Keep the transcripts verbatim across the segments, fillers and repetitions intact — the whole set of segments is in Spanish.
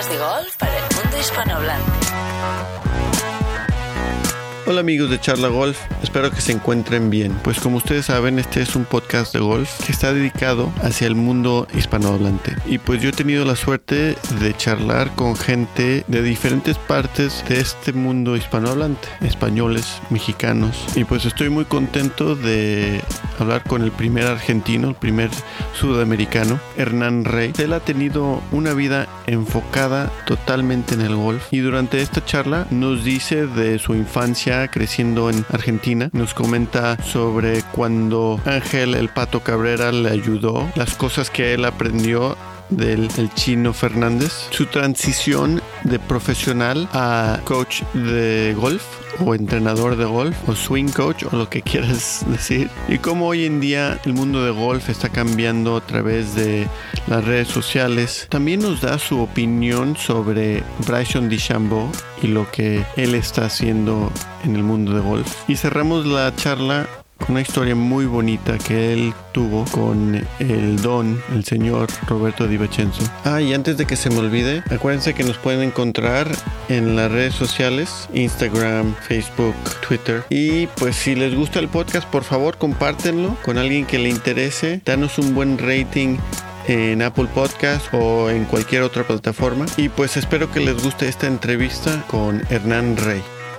podcast de golf para el mundo hispanohablante. Hola amigos de Charla Golf, espero que se encuentren bien. Pues como ustedes saben, este es un podcast de golf que está dedicado hacia el mundo hispanohablante. Y pues yo he tenido la suerte de charlar con gente de diferentes partes de este mundo hispanohablante, españoles, mexicanos. Y pues estoy muy contento de hablar con el primer argentino, el primer sudamericano, Hernán Rey. Él ha tenido una vida enfocada totalmente en el golf y durante esta charla nos dice de su infancia creciendo en Argentina. Nos comenta sobre cuando Ángel el Pato Cabrera le ayudó, las cosas que él aprendió del el Chino Fernández, su transición de profesional a coach de golf o entrenador de golf o swing coach o lo que quieras decir, y cómo hoy en día el mundo de golf está cambiando a través de las redes sociales. También nos da su opinión sobre Bryson DeChambeau y lo que él está haciendo en el mundo de golf, y cerramos la charla con una historia muy bonita que él tuvo con el don, el señor Roberto Di Vincenzo. Ah, y antes de que se me olvide, acuérdense que nos pueden encontrar en las redes sociales, Instagram, Facebook, Twitter. Y pues si les gusta el podcast, por favor compártenlo con alguien que le interese. Danos un buen rating en Apple Podcast o en cualquier otra plataforma. Y pues espero que les guste esta entrevista con Hernán Rey.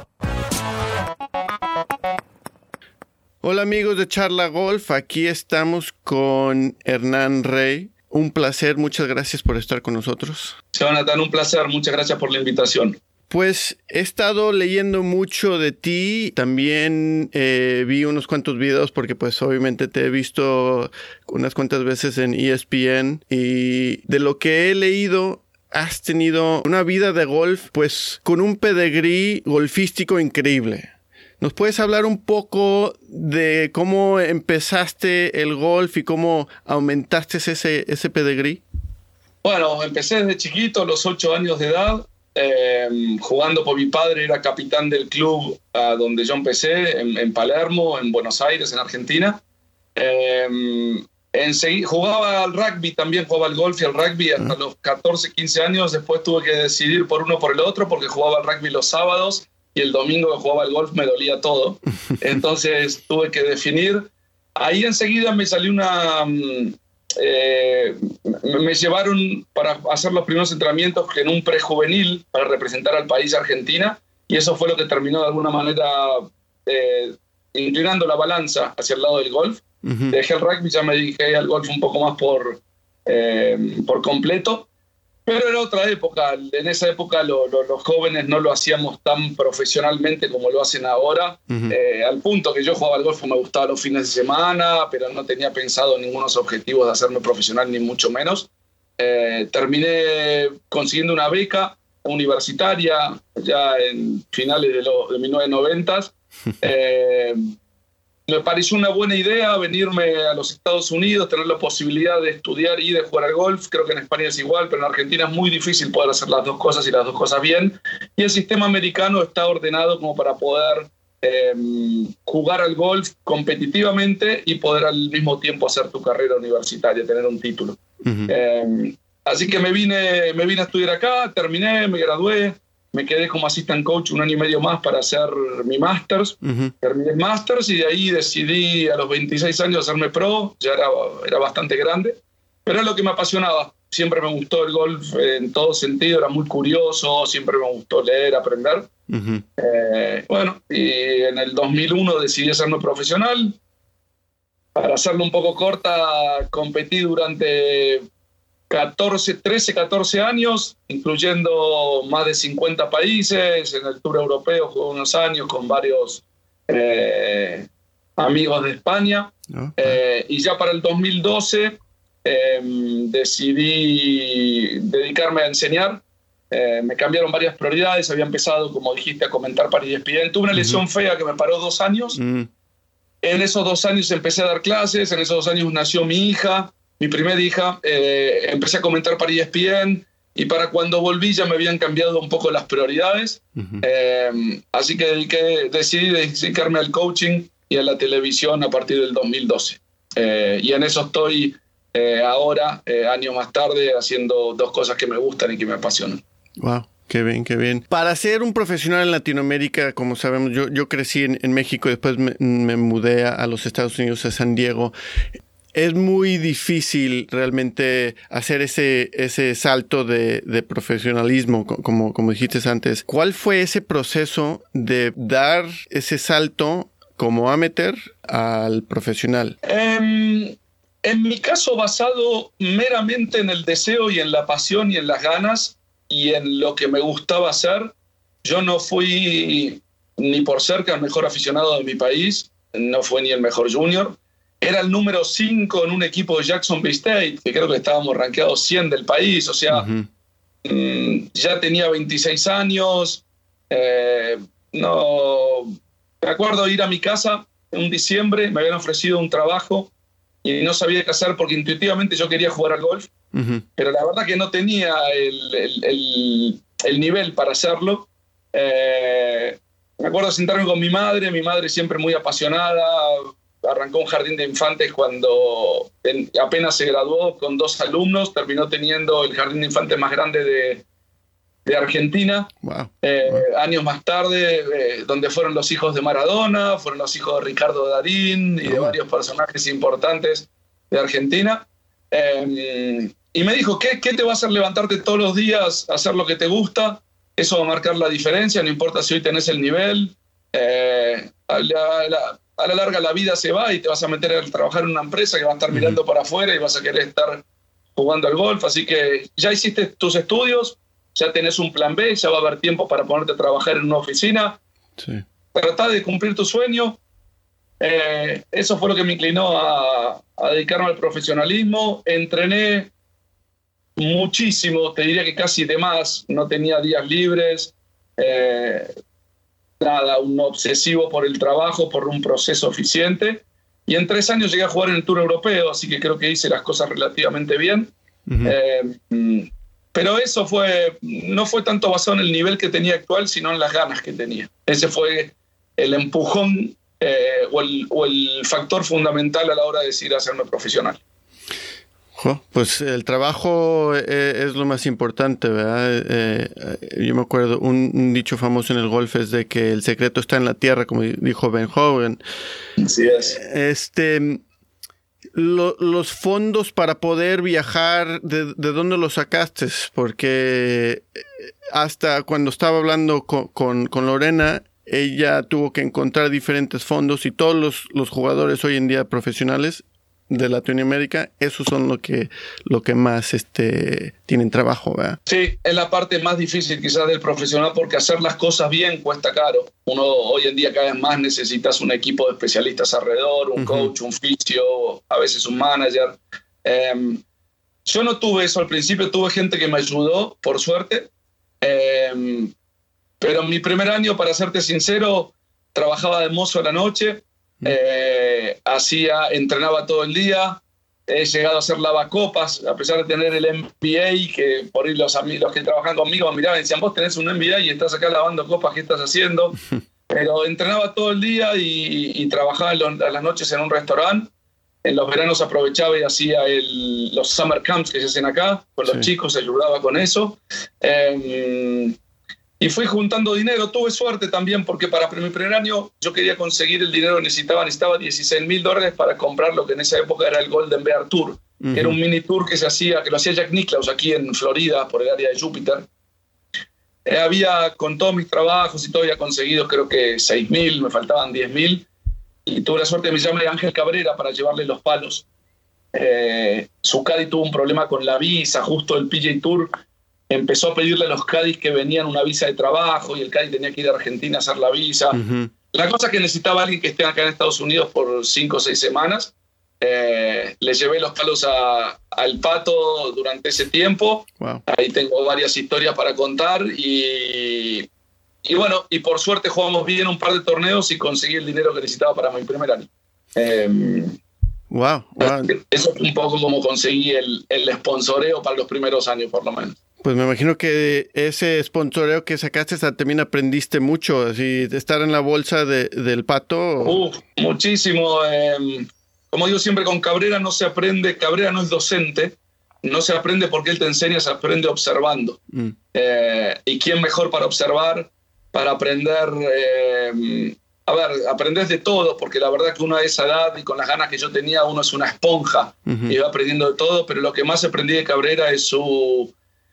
Hola amigos de Charla Golf, aquí estamos con Hernán Rey. Un placer, muchas gracias por estar con nosotros. Jonathan, un placer, muchas gracias por la invitación. Pues he estado leyendo mucho de ti, también eh, vi unos cuantos videos porque pues obviamente te he visto unas cuantas veces en E S P N, y de lo que he leído has tenido una vida de golf pues con un pedigrí golfístico increíble. ¿Nos puedes hablar un poco de cómo empezaste el golf y cómo aumentaste ese, ese pedigrí? Bueno, empecé desde chiquito, a los ocho años de edad, eh, jugando por mi padre, era capitán del club uh, donde yo empecé, en, en Palermo, en Buenos Aires, en Argentina. Eh, enseguida, jugaba al rugby, también jugaba al golf y al rugby hasta uh-huh. los catorce, quince años. Después tuve que decidir por uno o por el otro porque jugaba al rugby los sábados y el domingo que jugaba al golf me dolía todo. Entonces tuve que definir. Ahí enseguida me salió una... Eh, me llevaron para hacer los primeros entrenamientos en un prejuvenil para representar al país Argentina, y eso fue lo que terminó de alguna manera eh, inclinando la balanza hacia el lado del golf. Uh-huh. Dejé el rugby, ya me dediqué al golf un poco más por, eh, por completo. Pero era otra época. En esa época lo, lo, los jóvenes no lo hacíamos tan profesionalmente como lo hacen ahora. Uh-huh. Eh, al punto que yo jugaba al golf, me gustaba los fines de semana, pero no tenía pensado ningunos objetivos de hacerme profesional, ni mucho menos. Eh, terminé consiguiendo una beca universitaria ya en finales de, lo, de mil novecientos noventa. Eh, Me pareció una buena idea venirme a los Estados Unidos, tener la posibilidad de estudiar y de jugar al golf. Creo que en España es igual, pero en Argentina es muy difícil poder hacer las dos cosas y las dos cosas bien. Y el sistema americano está ordenado como para poder eh, jugar al golf competitivamente y poder al mismo tiempo hacer tu carrera universitaria, tener un título. Uh-huh. Eh, así que me vine, me vine a estudiar acá, terminé, me gradué. Me quedé como assistant coach un año y medio más para hacer mi másters. Uh-huh. Terminé el másters y de ahí decidí a los veintiséis años hacerme pro. Ya era, era bastante grande, pero es lo que me apasionaba. Siempre me gustó el golf en todo sentido, era muy curioso, siempre me gustó leer, aprender. Uh-huh. Eh, bueno, y en el dos mil uno decidí hacerme profesional. Para hacerlo un poco corta, competí durante catorce, trece, catorce años, incluyendo más de cincuenta países. En el Tour Europeo jugué unos años con varios eh, amigos de España. Okay. Eh, y ya para el dos mil doce eh, decidí dedicarme a enseñar. Eh, me cambiaron varias prioridades. Había empezado, como dijiste, a comentar para E S P N. Tuve una lesión uh-huh. fea que me paró dos años. Uh-huh. En esos dos años empecé a dar clases. En esos dos años nació mi hija. Mi primera hija, eh, empecé a comentar para E S P N, y para cuando volví ya me habían cambiado un poco las prioridades. Uh-huh. Eh, así que dediqué, decidí dedicarme al coaching y a la televisión a partir del dos mil doce. Eh, y en eso estoy eh, ahora, eh, años más tarde, haciendo dos cosas que me gustan y que me apasionan. Wow. Qué bien, qué bien. Para ser un profesional en Latinoamérica, como sabemos, yo, yo crecí en, en México y después me, me mudé a, a los Estados Unidos, a San Diego. Es muy difícil realmente hacer ese, ese salto de, de profesionalismo, como, como dijiste antes. ¿Cuál fue ese proceso de dar ese salto como amateur al profesional? Um, en mi caso, basado meramente en el deseo y en la pasión y en las ganas, y en lo que me gustaba hacer. Yo no fui ni por cerca el mejor aficionado de mi país, no fue ni el mejor junior. Era el número cinco en un equipo de Jacksonville State, que creo que estábamos rankeados cien del país, o sea, uh-huh. mmm, ya tenía veintiséis años. Eh, no, me acuerdo ir a mi casa en un diciembre, me habían ofrecido un trabajo y no sabía qué hacer porque intuitivamente yo quería jugar al golf. Uh-huh. Pero la verdad que no tenía el, el, el, el nivel para hacerlo. Eh, me acuerdo sentarme con mi madre, mi madre siempre muy apasionada, arrancó un jardín de infantes cuando en, apenas se graduó con dos alumnos, terminó teniendo el jardín de infantes más grande de, de Argentina. Wow. Eh, wow. Años más tarde, eh, donde fueron los hijos de Maradona, fueron los hijos de Ricardo Darín y oh. de varios personajes importantes de Argentina. Eh, Y me dijo, ¿qué, ¿qué te va a hacer levantarte todos los días, hacer lo que te gusta? Eso va a marcar la diferencia, no importa si hoy tenés el nivel. Eh, a, la, a, la, a la larga la vida se va y te vas a meter a trabajar en una empresa que va a estar mirando uh-huh. para afuera y vas a querer estar jugando al golf. Así que ya hiciste tus estudios, ya tenés un plan B, ya va a haber tiempo para ponerte a trabajar en una oficina. Sí. Tratá de cumplir tu sueño. Eh, eso fue lo que me inclinó a, a dedicarme al profesionalismo. Entrené muchísimo, te diría que casi de más, no tenía días libres, eh, nada, un obsesivo por el trabajo, por un proceso eficiente, y en tres años llegué a jugar en el Tour Europeo, así que creo que hice las cosas relativamente bien. Uh-huh. Eh, pero eso fue, no fue tanto basado en el nivel que tenía actual, sino en las ganas que tenía. Ese fue el empujón eh, o, el, o el factor fundamental a la hora de decidir hacerme profesional. Pues el trabajo es lo más importante, ¿verdad? Eh, yo me acuerdo, un, un dicho famoso en el golf es de que el secreto está en la tierra, como dijo Ben Hogan. Así es. Este, lo, los fondos para poder viajar, ¿de, de dónde los sacaste? Porque hasta cuando estaba hablando con, con, con Lorena, ella tuvo que encontrar diferentes fondos y todos los, los jugadores hoy en día profesionales de Latinoamérica, esos son lo que, lo que más este, tienen trabajo, ¿verdad? Sí, es la parte más difícil quizás del profesional porque hacer las cosas bien cuesta caro. Uno hoy en día cada vez más necesitas un equipo de especialistas alrededor, un uh-huh. coach, un fisio, a veces un manager. Eh, yo no tuve eso al principio, tuve gente que me ayudó, por suerte. Eh, pero en mi primer año, para serte sincero, trabajaba de mozo a la noche. Eh, hacía, entrenaba todo el día, he llegado a hacer lavacopas, a pesar de tener el M B A, que por ahí los, los que trabajan conmigo me miraban y decían, vos tenés un M B A y estás acá lavando copas, ¿qué estás haciendo? Pero entrenaba todo el día y, y trabajaba en los, a las noches en un restaurante. En los veranos aprovechaba y hacía el, los summer camps que se hacen acá, con los sí. chicos, ayudaba con eso. Eh, Y fui juntando dinero, tuve suerte también porque para mi primer año yo quería conseguir el dinero que necesitaba, necesitaba dieciséis mil dólares para comprar lo que en esa época era el Golden Bear Tour, uh-huh. que era un mini tour que se hacía, que lo hacía Jack Nicklaus aquí en Florida, por el área de Júpiter. Eh, había, con todos mis trabajos y todo, había conseguido creo que seis mil, me faltaban diez mil, y tuve la suerte de me llamar Ángel Cabrera para llevarle los palos. Eh, su caddy tuvo un problema con la visa, justo el P G A Tour empezó a pedirle a los caddies que venían una visa de trabajo y el caddy tenía que ir a Argentina a hacer la visa. Uh-huh. La cosa es que necesitaba alguien que esté acá en Estados Unidos por cinco o seis semanas. Eh, le llevé los palos a, al Pato durante ese tiempo. Wow. Ahí tengo varias historias para contar y, y bueno, y por suerte jugamos bien un par de torneos y conseguí el dinero que necesitaba para mi primer año. Eh, wow, wow. Eso es un poco como conseguí el, el sponsoreo para los primeros años, por lo menos. Pues me imagino que ese sponsoreo que sacaste también aprendiste mucho, así, de estar en la bolsa de, del Pato. Uf, muchísimo. Eh, como digo siempre con Cabrera, no se aprende, Cabrera no es docente, no se aprende porque él te enseña, se aprende observando. Mm. Eh, ¿Y quién mejor para observar, para aprender? Eh, a ver, aprendes de todo, porque la verdad que uno a esa edad y con las ganas que yo tenía, uno es una esponja uh-huh. y va aprendiendo de todo, pero lo que más aprendí de Cabrera es su,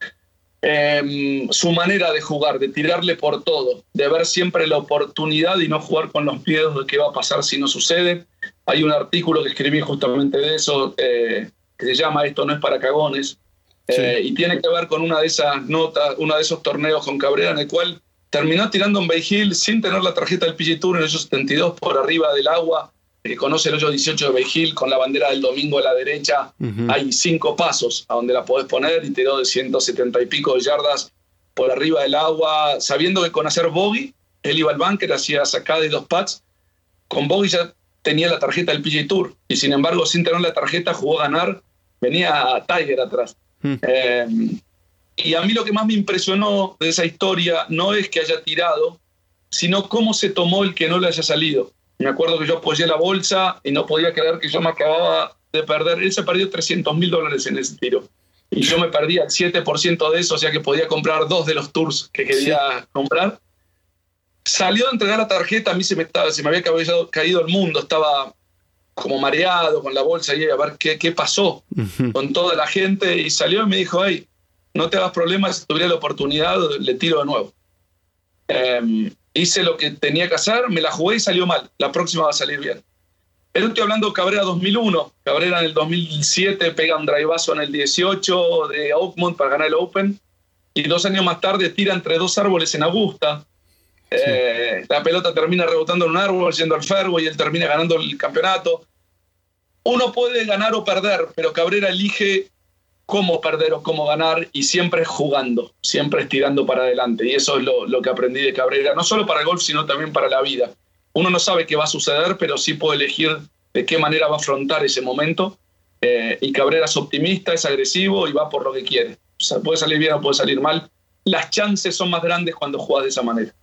eh, su manera de jugar, de tirarle por todo, de ver siempre la oportunidad y no jugar con los miedos de qué va a pasar si no sucede. Hay un artículo que escribí justamente de eso, eh, que se llama Esto no es para cagones, eh, sí. y tiene que ver con una de esas notas, uno de esos torneos con Cabrera en el cual terminó tirando en Bay Hill sin tener la tarjeta del P G Tour en el hoyo setenta y dos por arriba del agua, que conoce el hoyo dieciocho de Bay Hill con la bandera del domingo a la derecha. Uh-huh. Hay cinco pasos a donde la podés poner y tiró de ciento setenta y pico de yardas por arriba del agua, sabiendo que con hacer bogey, él iba al bunker, hacía sacada y dos putts. Con bogey ya tenía la tarjeta del P G Tour y sin embargo sin tener la tarjeta jugó a ganar, venía a Tiger atrás. Uh-huh. Eh, Y a mí lo que más me impresionó de esa historia no es que haya tirado, sino cómo se tomó el que no le haya salido. Me acuerdo que yo apoyé la bolsa y no podía creer que yo me acababa de perder. Él se perdió trescientos mil dólares en ese tiro. Y yo me perdía el siete por ciento de eso, o sea que podía comprar dos de los tours que quería sí. comprar. Salió a entregar la tarjeta, a mí se me, estaba, se me había caído, caído el mundo, estaba como mareado con la bolsa y a ver qué, qué pasó uh-huh. con toda la gente. Y salió y me dijo, hey, no te hagas problemas, si tuviera la oportunidad, le tiro de nuevo. Eh, hice lo que tenía que hacer, me la jugué y salió mal. La próxima va a salir bien. Pero estoy hablando de Cabrera dos mil uno. Cabrera en el dos mil siete pega un driveazo en el dieciocho de Oakmont para ganar el Open. Y dos años más tarde tira entre dos árboles en Augusta. Sí. Eh, la pelota termina rebotando en un árbol, yendo al fairway y él termina ganando el campeonato. Uno puede ganar o perder, pero Cabrera elige cómo perder o cómo ganar y siempre jugando, siempre estirando para adelante. Y eso es lo, lo que aprendí de Cabrera, no solo para el golf, sino también para la vida. Uno no sabe qué va a suceder, pero sí puede elegir de qué manera va a afrontar ese momento. Eh, y Cabrera es optimista, es agresivo y va por lo que quiere. O sea, puede salir bien o puede salir mal. Las chances son más grandes cuando juegas de esa manera.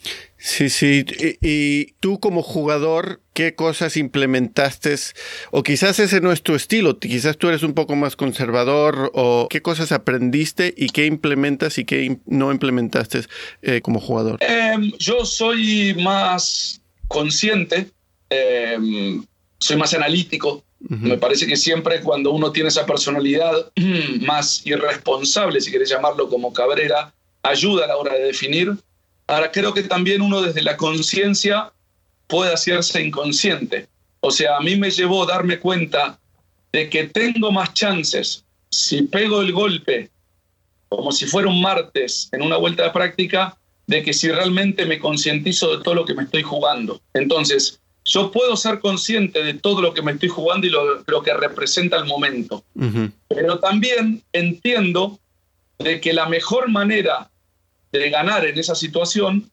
Sí, sí. Y, y tú como jugador, ¿qué cosas implementaste? O quizás ese no es tu estilo, quizás tú eres un poco más conservador, o qué cosas aprendiste y qué implementas y qué no implementaste eh, como jugador. Eh, yo soy más consciente, eh, soy más analítico. Uh-huh. Me parece que siempre cuando uno tiene esa personalidad más irresponsable, si querés llamarlo como Cabrera, ayuda a la hora de definir. Ahora, creo que también uno desde la conciencia puede hacerse inconsciente. O sea, a mí me llevó darme cuenta de que tengo más chances si pego el golpe como si fuera un martes en una vuelta de práctica, de que si realmente me concientizo de todo lo que me estoy jugando. Entonces, yo puedo ser consciente de todo lo que me estoy jugando y lo, lo que representa el momento. Uh-huh. Pero también entiendo de que la mejor manera de ganar en esa situación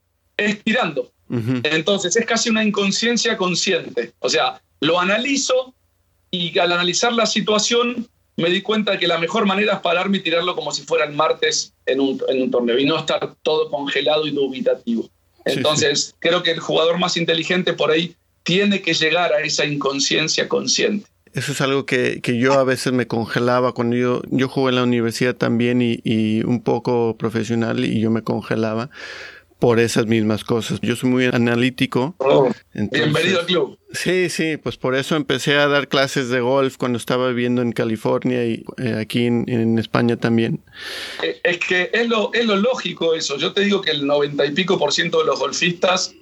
es tirando. Uh-huh. Entonces es casi una inconsciencia consciente. O sea, lo analizo y al analizar la situación me di cuenta de que la mejor manera es pararme y tirarlo como si fuera el martes en un, en un torneo y no estar todo congelado y dubitativo. Entonces sí, sí. creo que el jugador más inteligente por ahí tiene que llegar a esa inconsciencia consciente. Eso es algo que, que yo a veces me congelaba cuando yo, yo jugué en la universidad también y, y un poco profesional y yo me congelaba por esas mismas cosas. Yo soy muy analítico. Oh, entonces, bienvenido al club. Sí, sí, pues por eso empecé a dar clases de golf cuando estaba viviendo en California y eh, aquí en, en España también. Es que es lo, es lo lógico eso. Yo te digo que el noventa y pico por ciento de los golfistas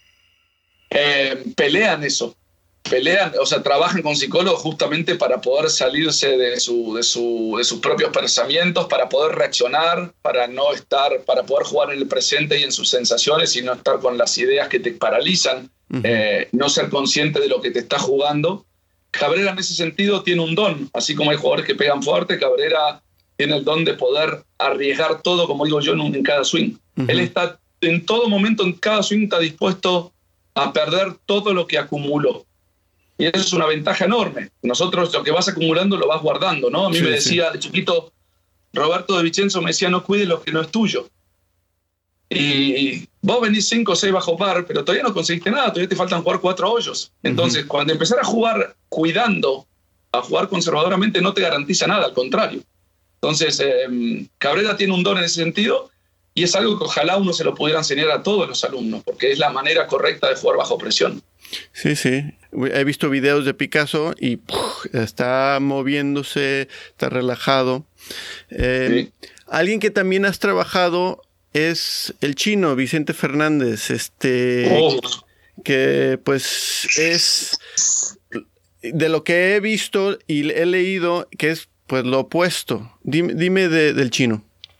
eh, pelean eso. Pelean, o sea, trabajan con psicólogos justamente para poder salirse de, su, de, su, de sus propios pensamientos, para poder reaccionar, para no estar, para poder jugar en el presente y en sus sensaciones y no estar con las ideas que te paralizan, uh-huh. eh, no ser consciente de lo que te está jugando. Cabrera en ese sentido tiene un don, así como hay jugadores que pegan fuerte, Cabrera tiene el don de poder arriesgar todo, como digo yo, en, un, en cada swing. Uh-huh. Él está en todo momento, en cada swing está dispuesto a perder todo lo que acumuló. Y eso es una ventaja enorme. Nosotros lo que vas acumulando lo vas guardando, ¿no? A mí sí, me decía sí. de chiquito, Roberto de Vicenzo me decía, no cuides lo que no es tuyo. Y vos venís cinco o seis bajo par, pero todavía no conseguiste nada, todavía te faltan jugar cuatro hoyos. Entonces, uh-huh. cuando empezar a jugar cuidando a jugar conservadoramente no te garantiza nada, al contrario. Entonces, eh, Cabrera tiene un don en ese sentido y es algo que ojalá uno se lo pudiera enseñar a todos los alumnos, porque es la manera correcta de jugar bajo presión. Sí, sí. He visto videos de Picasso y ¡puf! Está moviéndose, está relajado. Eh, sí. Alguien que también has trabajado es el chino, Vicente Fernández, este, oh. que pues es, de lo que he visto y he leído, que es pues lo opuesto. Dime, dime de, del chino.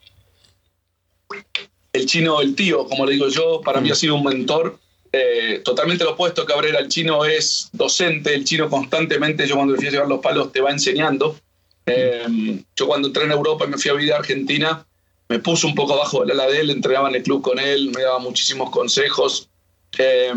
El chino, el tío, como le digo yo, para mm. mí ha sido un mentor. Eh, totalmente lo opuesto a Cabrera. El chino es docente, el chino constantemente, yo cuando le fui a llevar los palos te va enseñando. Eh, yo cuando entré en Europa y me fui a vivir a Argentina, me puso un poco abajo del ala de él, entrenaba en el club con él, me daba muchísimos consejos. Eh,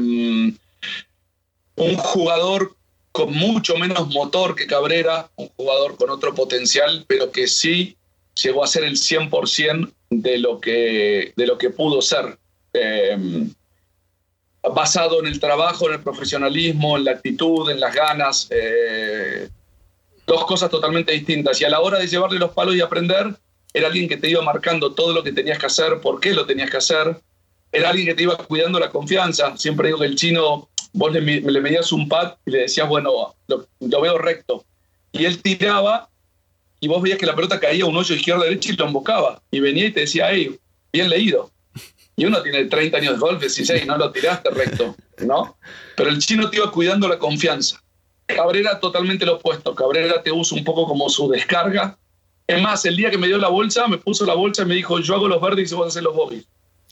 un jugador con mucho menos motor que Cabrera, un jugador con otro potencial, pero que sí llegó a ser el cien por ciento de lo que, de lo que pudo ser. Eh, basado en el trabajo, en el profesionalismo, en la actitud, en las ganas. Eh, dos cosas totalmente distintas. Y a la hora de llevarle los palos y aprender, era alguien que te iba marcando todo lo que tenías que hacer, por qué lo tenías que hacer. Era alguien que te iba cuidando la confianza. Siempre digo que el chino, vos le, le medías un pad y le decías, bueno, lo, lo veo recto. Y él tiraba y vos veías que la pelota caía a un hoyo izquierda-derecha y lo embocaba. Y venía y te decía, hey, bien leído. Y uno tiene treinta años de golf, dieciséis, no lo tiraste recto, ¿no? Pero el chino te iba cuidando la confianza. Cabrera totalmente lo opuesto. Cabrera te usa un poco como su descarga. Es más, el día que me dio la bolsa, me puso la bolsa y me dijo, yo hago los verdes y vos haces los bogies.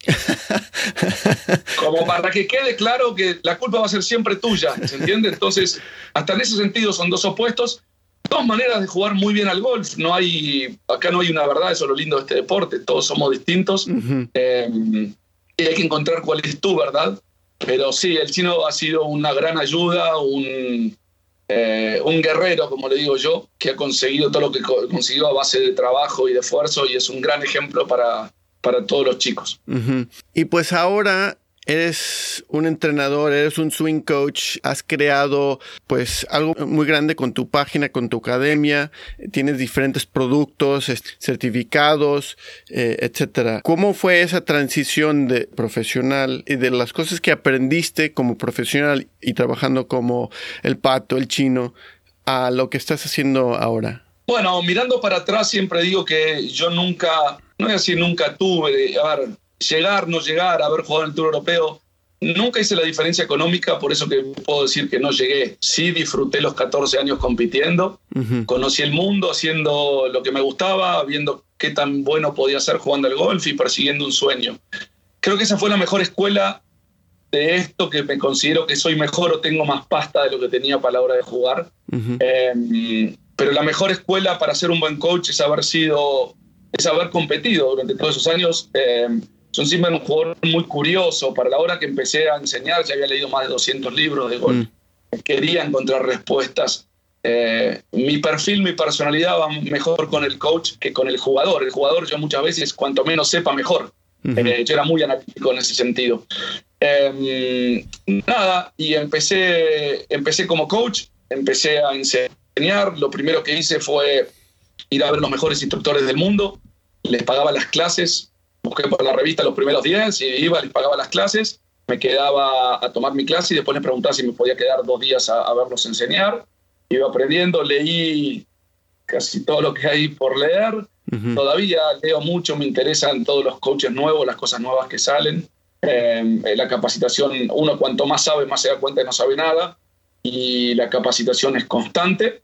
Como para que quede claro que la culpa va a ser siempre tuya, ¿se entiende? Entonces, hasta en ese sentido son dos opuestos. Dos maneras de jugar muy bien al golf. No hay, acá no hay una verdad, eso es lo lindo de este deporte. Todos somos distintos. Uh-huh. Eh, y hay que encontrar cuál es tu verdad. Pero sí, el chino ha sido una gran ayuda, un, eh, un guerrero, como le digo yo, que ha conseguido todo lo que consiguió a base de trabajo y de esfuerzo y es un gran ejemplo para, para todos los chicos. Uh-huh. Y pues ahora eres un entrenador, eres un swing coach, has creado pues algo muy grande con tu página, con tu academia, tienes diferentes productos, certificados, eh, etcétera. ¿Cómo fue esa transición de profesional y de las cosas que aprendiste como profesional y trabajando como el Pato, el Chino, a lo que estás haciendo ahora? Bueno, mirando para atrás siempre digo que yo nunca, no voy a decir nunca tuve, a ver, llegar, no llegar, haber jugado en el Tour Europeo, nunca hice la diferencia económica, por eso que puedo decir que no llegué. Sí disfruté los catorce años compitiendo, uh-huh. Conocí el mundo haciendo lo que me gustaba, viendo qué tan bueno podía ser jugando al golf y persiguiendo un sueño. Creo que esa fue la mejor escuela de esto, que me considero que soy mejor o tengo más pasta de lo que tenía para la hora de jugar. Uh-huh. Eh, pero la mejor escuela para ser un buen coach es haber sido, es haber competido durante todos esos años. Eh, Yo encima era un jugador muy curioso. Para la hora que empecé a enseñar ya había leído más de doscientos libros de golf. Mm. Quería encontrar respuestas. Eh, mi perfil, mi personalidad va mejor con el coach que con el jugador. El jugador yo muchas veces, cuanto menos sepa, mejor. Mm-hmm. Eh, yo era muy analítico en ese sentido. Eh, nada, y empecé, empecé como coach, empecé a enseñar. Lo primero que hice fue ir a ver los mejores instructores del mundo. Les pagaba las clases. Busqué por la revista los primeros días y iba, les pagaba las clases, me quedaba a tomar mi clase y después les preguntaba si me podía quedar dos días a, a verlos enseñar. Iba aprendiendo, leí casi todo lo que hay por leer. Uh-huh. Todavía leo mucho, me interesan todos los coaches nuevos, las cosas nuevas que salen. Eh, la capacitación, uno cuanto más sabe, más se da cuenta que no sabe nada. Y la capacitación es constante.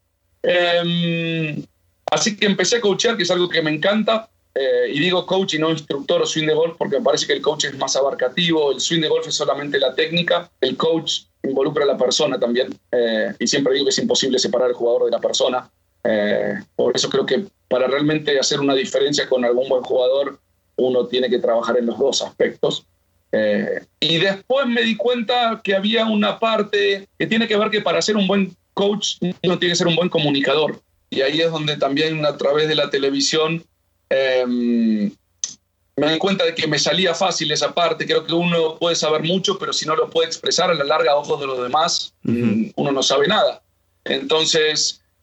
Eh, así que empecé a coachear, que es algo que me encanta. Eh, y digo coach y no instructor o swing de golf porque me parece que el coach es más abarcativo, el swing de golf es solamente la técnica, el coach involucra a la persona también, eh, y siempre digo que es imposible separar al jugador de la persona, eh, por eso creo que para realmente hacer una diferencia con algún buen jugador uno tiene que trabajar en los dos aspectos. Eh, y después me di cuenta que había una parte que tiene que ver que para ser un buen coach uno tiene que ser un buen comunicador, y ahí es donde también a través de la televisión Eh, me di cuenta de que me salía fácil esa parte. Creo que uno puede saber mucho, pero si no lo puede expresar a la larga a ojos de los demás, uh-huh. uno no sabe nada. Entonces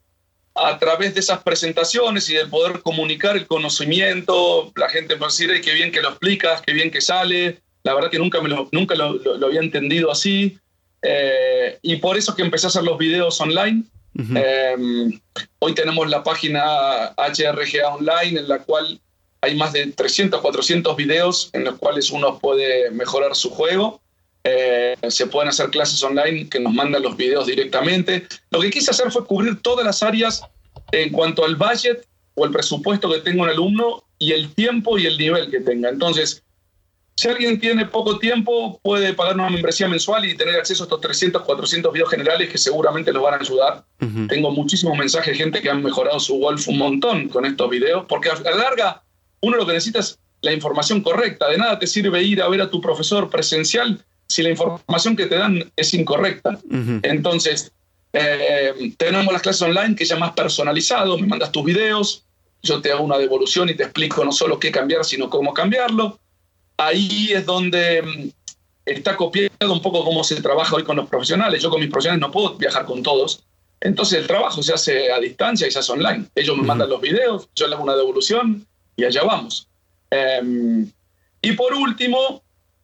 a través de esas presentaciones y de poder comunicar el conocimiento, la gente puede decir, hey, qué bien que lo explicas, qué bien que sale. La verdad que nunca, me lo, nunca lo, lo, lo había entendido así. Eh, y por eso que empecé a hacer los videos online. Uh-huh. Eh, hoy tenemos la página H R G A Online, en la cual hay más de trescientos, cuatrocientos videos en los cuales uno puede mejorar su juego. Eh, se pueden hacer clases online que nos mandan los videos directamente. Lo que quise hacer fue cubrir todas las áreas en cuanto al budget o el presupuesto que tenga un alumno y el tiempo y el nivel que tenga. Entonces, si alguien tiene poco tiempo, puede pagar una membresía mensual y tener acceso a estos trescientos, cuatrocientos videos generales que seguramente los van a ayudar. Uh-huh. Tengo muchísimos mensajes de gente que han mejorado su golf un montón con estos videos, porque a la larga uno lo que necesita es la información correcta. De nada te sirve ir a ver a tu profesor presencial si la información que te dan es incorrecta. Uh-huh. Entonces, eh, tenemos las clases online que ya más personalizado, me mandas tus videos, yo te hago una devolución y te explico no solo qué cambiar, sino cómo cambiarlo. Ahí es donde está copiado un poco cómo se trabaja hoy con los profesionales. Yo con mis profesionales no puedo viajar con todos. Entonces el trabajo se hace a distancia y se hace online. Ellos me uh-huh. mandan los videos, yo les hago una devolución y allá vamos. Um, y por último,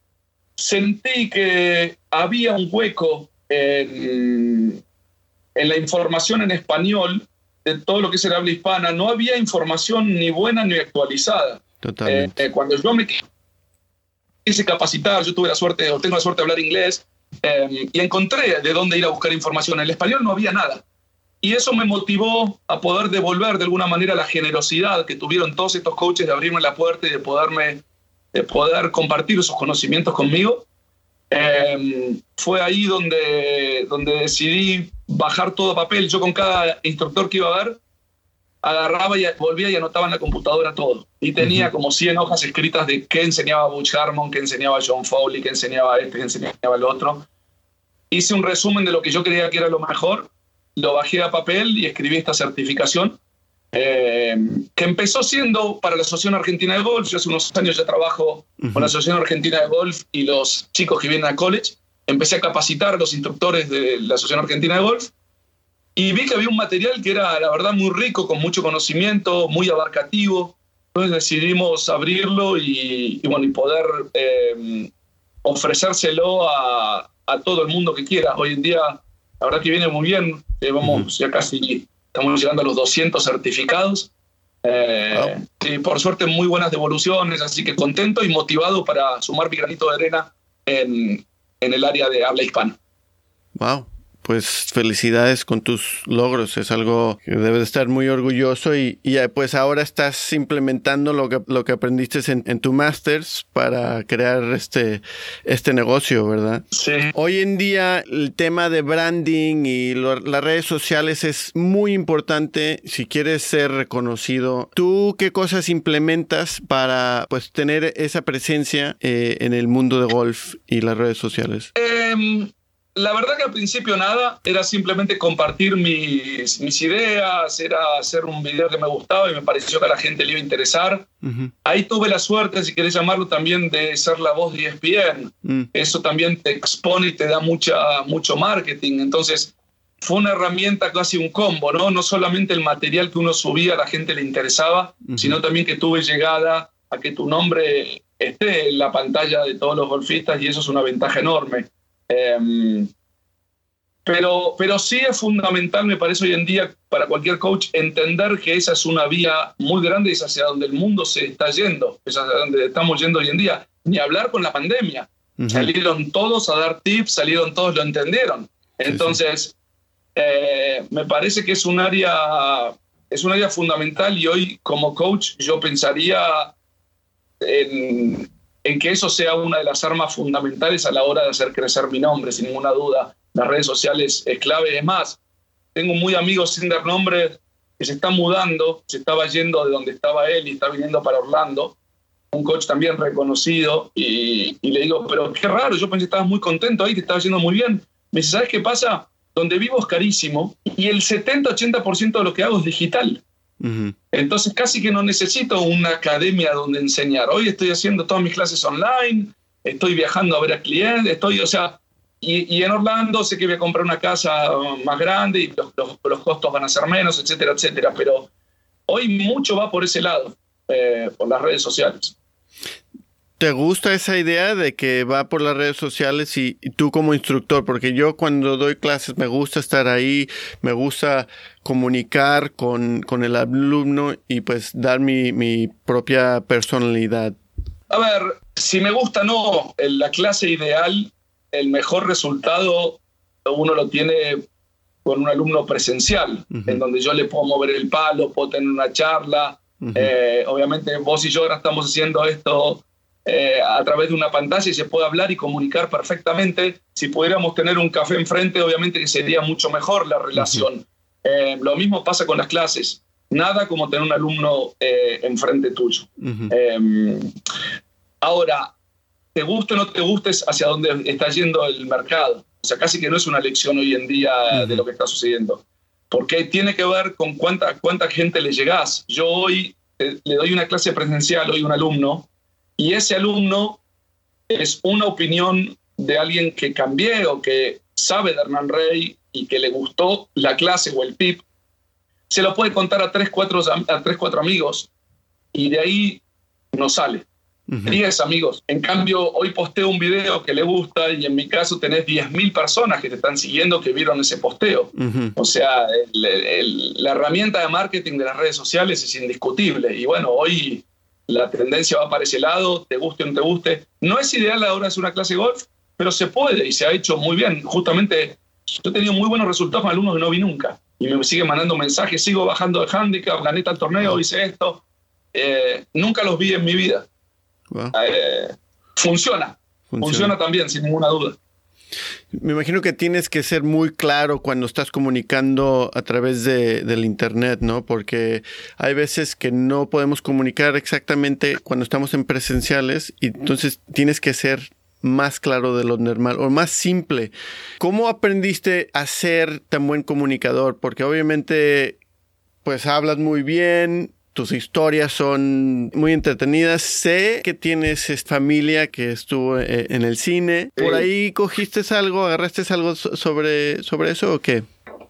sentí que había un hueco en, en la información en español de todo lo que es el habla hispana. No había información ni buena ni actualizada. Totalmente. Eh, cuando yo me quise capacitar, yo tuve la suerte, o tengo la suerte de hablar inglés, eh, y encontré de dónde ir a buscar información. En el español no había nada. Y eso me motivó a poder devolver de alguna manera la generosidad que tuvieron todos estos coaches de abrirme la puerta y de, poderme, de poder compartir esos conocimientos conmigo. Eh, fue ahí donde, donde decidí bajar todo a papel. Yo con cada instructor que iba a ver, agarraba y volvía y anotaba en la computadora todo. Y tenía uh-huh. como cien hojas escritas de qué enseñaba Butch Harmon, qué enseñaba John Foley, qué enseñaba este, qué enseñaba el otro. Hice un resumen de lo que yo creía que era lo mejor, lo bajé a papel y escribí esta certificación, eh, que empezó siendo para la Asociación Argentina de Golf. Yo hace unos años ya trabajo uh-huh. con la Asociación Argentina de Golf y los chicos que vienen a college. Empecé a capacitar a los instructores de la Asociación Argentina de Golf. Y vi que había un material que era, la verdad, muy rico, con mucho conocimiento, muy abarcativo. Entonces decidimos abrirlo y, y, bueno, y poder eh, ofrecérselo a, a todo el mundo que quiera. Hoy en día, la verdad que viene muy bien. Eh, vamos, uh-huh. ya casi estamos llegando a los doscientos certificados. Eh, wow. Y por suerte, muy buenas devoluciones. Así que contento y motivado para sumar mi granito de arena en, en el área de habla hispana. Wow. Pues felicidades con tus logros, es algo que debes estar muy orgulloso y, y pues ahora estás implementando lo que, lo que aprendiste en, en tu Masters para crear este, este negocio, ¿verdad? Sí. Hoy en día el tema de branding y lo, las redes sociales es muy importante si quieres ser reconocido. ¿Tú qué cosas implementas para pues tener esa presencia eh, en el mundo de golf y las redes sociales? Um... La verdad que al principio nada, era simplemente compartir mis, mis ideas, era hacer un video que me gustaba y me pareció que a la gente le iba a interesar. Uh-huh. Ahí tuve la suerte, si querés llamarlo también, de ser la voz de E S P N. Uh-huh. Eso también te expone y te da mucha, mucho marketing. Entonces fue una herramienta, casi un combo, ¿no? No solamente el material que uno subía a la gente le interesaba, uh-huh. sino también que tuve llegada a que tu nombre esté en la pantalla de todos los golfistas y eso es una ventaja enorme. Um, pero, pero sí es fundamental, me parece hoy en día, para cualquier coach, entender que esa es una vía muy grande y es hacia donde el mundo se está yendo, es hacia donde estamos yendo hoy en día. Ni hablar con la pandemia. Uh-huh. Salieron todos a dar tips, salieron todos, lo entendieron. Entonces, sí, sí. Eh, me parece que es un área, es un área fundamental y hoy como coach yo pensaría en... en que eso sea una de las armas fundamentales a la hora de hacer crecer mi nombre, sin ninguna duda. Las redes sociales es clave. Es más, tengo muy amigos sin dar nombre que se está mudando, se estaba yendo de donde estaba él y está viniendo para Orlando, un coach también reconocido, y, y le digo, pero qué raro, yo pensé que estabas muy contento ahí, te estaba yendo muy bien. Me dice, ¿sabes qué pasa? Donde vivo es carísimo y el setenta a ochenta por ciento de lo que hago es digital. Uh-huh. Entonces casi que no necesito una academia donde enseñar. Hoy estoy haciendo todas mis clases online, estoy viajando a ver a clientes, estoy, o sea, y, y en Orlando sé que voy a comprar una casa más grande y los, los, los costos van a ser menos, etcétera, etcétera. Pero hoy mucho va por ese lado, eh, por las redes sociales. ¿Te gusta esa idea de que va por las redes sociales y, y tú como instructor? Porque yo cuando doy clases me gusta estar ahí, me gusta comunicar con, con el alumno y pues dar mi, mi propia personalidad. A ver, si me gusta o no, en la clase ideal, el mejor resultado uno lo tiene con un alumno presencial, uh-huh. en donde yo le puedo mover el palo, puedo tener una charla. Uh-huh. Eh, obviamente vos y yo ahora estamos haciendo esto Eh, a través de una pantalla y se puede hablar y comunicar perfectamente. Si pudiéramos tener un café enfrente, obviamente que sería mucho mejor la relación. Uh-huh. Eh, lo mismo pasa con las clases. Nada como tener un alumno eh, enfrente tuyo. Uh-huh. Eh, ahora, te guste o no te gustes hacia dónde está yendo el mercado. O sea, casi que no es una lección hoy en día uh-huh. de lo que está sucediendo. Porque tiene que ver con cuánta, cuánta gente le llegás. Yo hoy eh, le doy una clase presencial hoy a un alumno y ese alumno es una opinión de alguien que cambié o que sabe de Hernán Rey y que le gustó la clase o el tip. Se lo puede contar a tres, cuatro, a tres, cuatro amigos y de ahí no sale. Uh-huh. diez amigos. En cambio, hoy posteo un video que le gusta y en mi caso tenés diez mil personas que te están siguiendo que vieron ese posteo. Uh-huh. O sea, el, el, la herramienta de marketing de las redes sociales es indiscutible. Y bueno, hoy la tendencia va para ese lado, te guste o no te guste. No es ideal ahora hacer una clase de golf, pero se puede y se ha hecho muy bien. Justamente yo he tenido muy buenos resultados con alumnos que no vi nunca. Y me siguen mandando mensajes, sigo bajando de handicap, gané tal torneo, hice esto. Eh, nunca los vi en mi vida. Wow. Eh, funciona. funciona. Funciona también, sin ninguna duda. Me imagino que tienes que ser muy claro cuando estás comunicando a través de, del internet, ¿no? Porque hay veces que no podemos comunicar exactamente cuando estamos en presenciales y entonces tienes que ser más claro de lo normal o más simple. ¿Cómo aprendiste a ser tan buen comunicador? Porque obviamente pues hablas muy bien, tus historias son muy entretenidas. Sé que tienes familia que estuvo en el cine. ¿Por ahí cogiste algo, agarraste algo sobre, sobre eso o qué?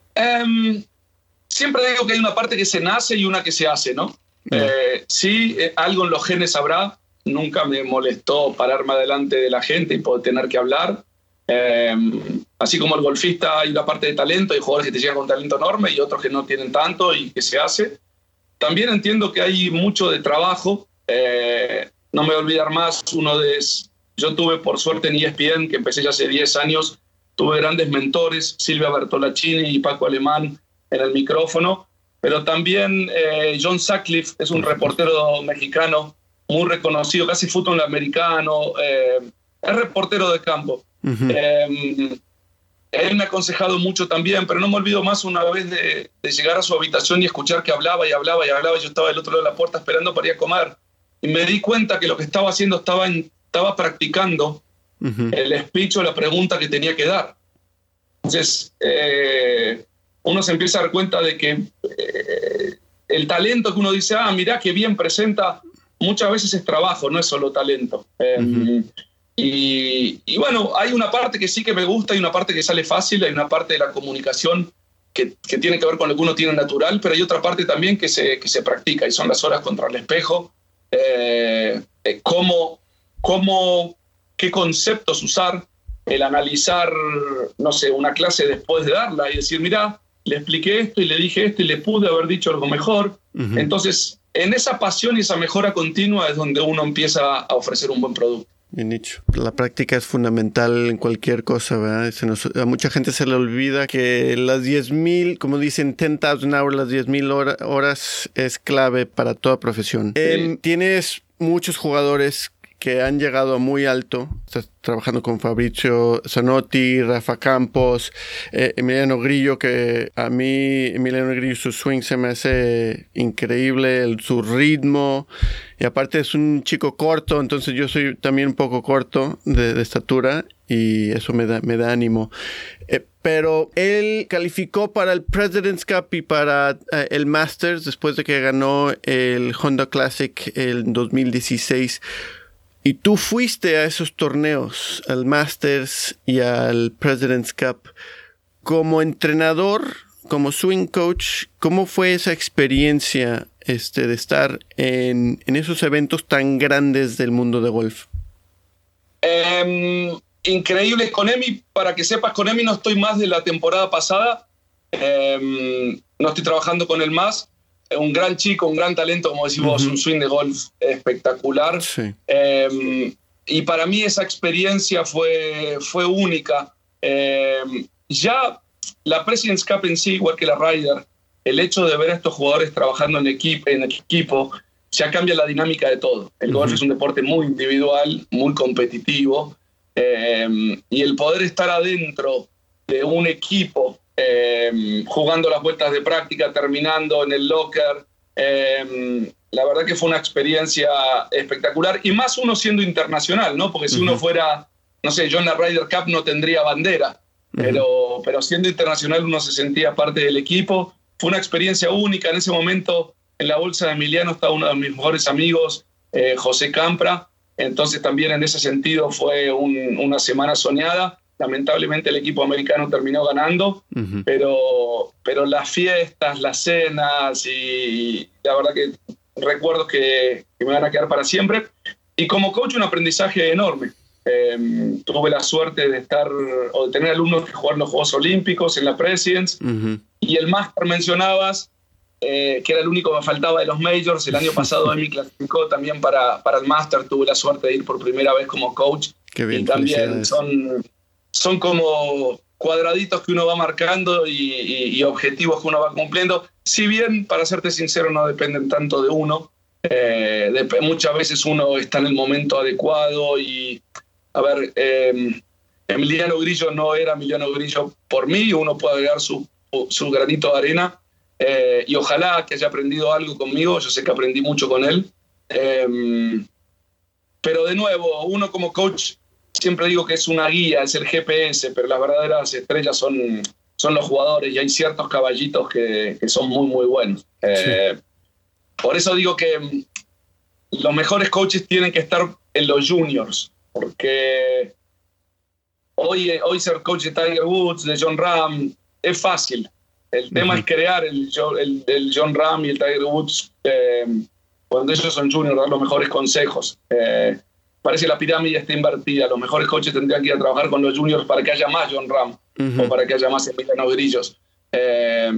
Um, siempre digo que hay una parte que se nace y una que se hace, ¿no? Mm. Eh, sí, eh, algo en los genes habrá. Nunca me molestó pararme adelante de la gente y poder tener que hablar. Eh, así como el golfista hay una parte de talento, hay jugadores que te llegan con talento enorme y otros que no tienen tanto y que se hace. También entiendo que hay mucho de trabajo. Eh, no me voy a olvidar más, uno de... Yo tuve, por suerte, en E S P N, que empecé ya hace diez años, tuve grandes mentores, Silvia Bertolacini y Paco Alemán en el micrófono, pero también eh, John Sutcliffe es un reportero mexicano muy reconocido, casi fútbol americano, eh, es reportero de campo. Uh-huh. Eh, Él me ha aconsejado mucho también, pero no me olvido más una vez de, de llegar a su habitación y escuchar que hablaba y hablaba y hablaba. Yo estaba del otro lado de la puerta esperando para ir a comer. Y me di cuenta que lo que estaba haciendo estaba, en, estaba practicando uh-huh. el speech o la pregunta que tenía que dar. Entonces, eh, uno se empieza a dar cuenta de que eh, el talento que uno dice, ah, mirá qué bien presenta, muchas veces es trabajo, no es solo talento. Eh, uh-huh. Y, y bueno, hay una parte que sí que me gusta, hay una parte que sale fácil, hay una parte de la comunicación que, que tiene que ver con lo que uno tiene natural, pero hay otra parte también que se, que se practica y son las horas contra el espejo, eh, eh, cómo, cómo, qué conceptos usar, el analizar, no sé, una clase después de darla y decir, mira, le expliqué esto y le dije esto y le pude haber dicho algo mejor. Uh-huh. Entonces, en esa pasión y esa mejora continua es donde uno empieza a ofrecer un buen producto. Bien dicho. La práctica es fundamental en cualquier cosa, ¿verdad? Se nos, a mucha gente se le olvida que las diez mil, como dicen, diez thousand hours, las diez mil hora, horas es clave para toda profesión. Sí. Eh, tienes muchos jugadores que han llegado a muy alto. Estás trabajando con Fabrizio Zanotti, Rafa Campos, eh, Emiliano Grillo, que a mí Emiliano Grillo su swing se me hace increíble, el, su ritmo, y aparte es un chico corto, entonces yo soy también un poco corto de, de estatura y eso me da, me da ánimo. Eh, pero él calificó para el President's Cup y para eh, el Masters después de que ganó el Honda Classic el dos mil dieciséis. Y tú fuiste a esos torneos, al Masters y al President's Cup. Como entrenador, como swing coach, ¿cómo fue esa experiencia este, de estar en, en esos eventos tan grandes del mundo de golf? Eh, increíble. Con Emi, para que sepas, con Emi no estoy más de la temporada pasada. Eh, no estoy trabajando con él más. Un gran chico, un gran talento, como decís uh-huh. vos, un swing de golf espectacular. Sí. Eh, y para mí esa experiencia fue, fue única. Eh, ya la President's Cup en sí, igual que la Ryder, el hecho de ver a estos jugadores trabajando en, equipo, en equipo, ya cambia la dinámica de todo. El uh-huh. golf es un deporte muy individual, muy competitivo, eh, y el poder estar adentro de un equipo, Eh, jugando las vueltas de práctica, terminando en el locker. Eh, la verdad que fue una experiencia espectacular, y más uno siendo internacional, ¿no? Porque si uh-huh. uno fuera, no sé, yo en la Ryder Cup no tendría bandera, uh-huh. pero, pero siendo internacional uno se sentía parte del equipo. Fue una experiencia única. En ese momento en la bolsa de Emiliano estaba uno de mis mejores amigos, eh, José Campra, entonces también en ese sentido fue un, una semana soñada. Lamentablemente el equipo americano terminó ganando, uh-huh. pero, pero las fiestas, las cenas y la verdad que recuerdos que, que me van a quedar para siempre. Y como coach un aprendizaje enorme. Eh, tuve la suerte de estar o de tener alumnos que jugaron los Juegos Olímpicos en la Presidents, uh-huh. y el Master mencionabas, eh, que era el único que me faltaba de los Majors. El año pasado Emi clasificó también para, para el Master. Tuve la suerte de ir por primera vez como coach. Qué bien, y también son... Son como cuadraditos que uno va marcando y, y, y objetivos que uno va cumpliendo. Si bien, para serte sincero, no dependen tanto de uno. Eh, de, muchas veces uno está en el momento adecuado y, a ver, eh, Emiliano Grillo no era Emiliano Grillo por mí. Uno puede agregar su, su granito de arena, eh, y ojalá que haya aprendido algo conmigo. Yo sé que aprendí mucho con él. Eh, pero de nuevo, uno como coach... Siempre digo que es una guía, es el G P S, pero las verdaderas estrellas son, son los jugadores, y hay ciertos caballitos que, que son muy, muy buenos. Eh, sí. Por eso digo que los mejores coaches tienen que estar en los juniors, porque hoy, hoy ser coach de Tiger Woods, de Jon Rahm, es fácil. El tema uh-huh. es crear el, el, el Jon Rahm y el Tiger Woods eh, cuando ellos son juniors, dar los mejores consejos. Eh, Parece que la pirámide está invertida. Los mejores coaches tendrían que ir a trabajar con los juniors para que haya más Jon Rahm, uh-huh. o para que haya más Emiliano Grillos. Eh,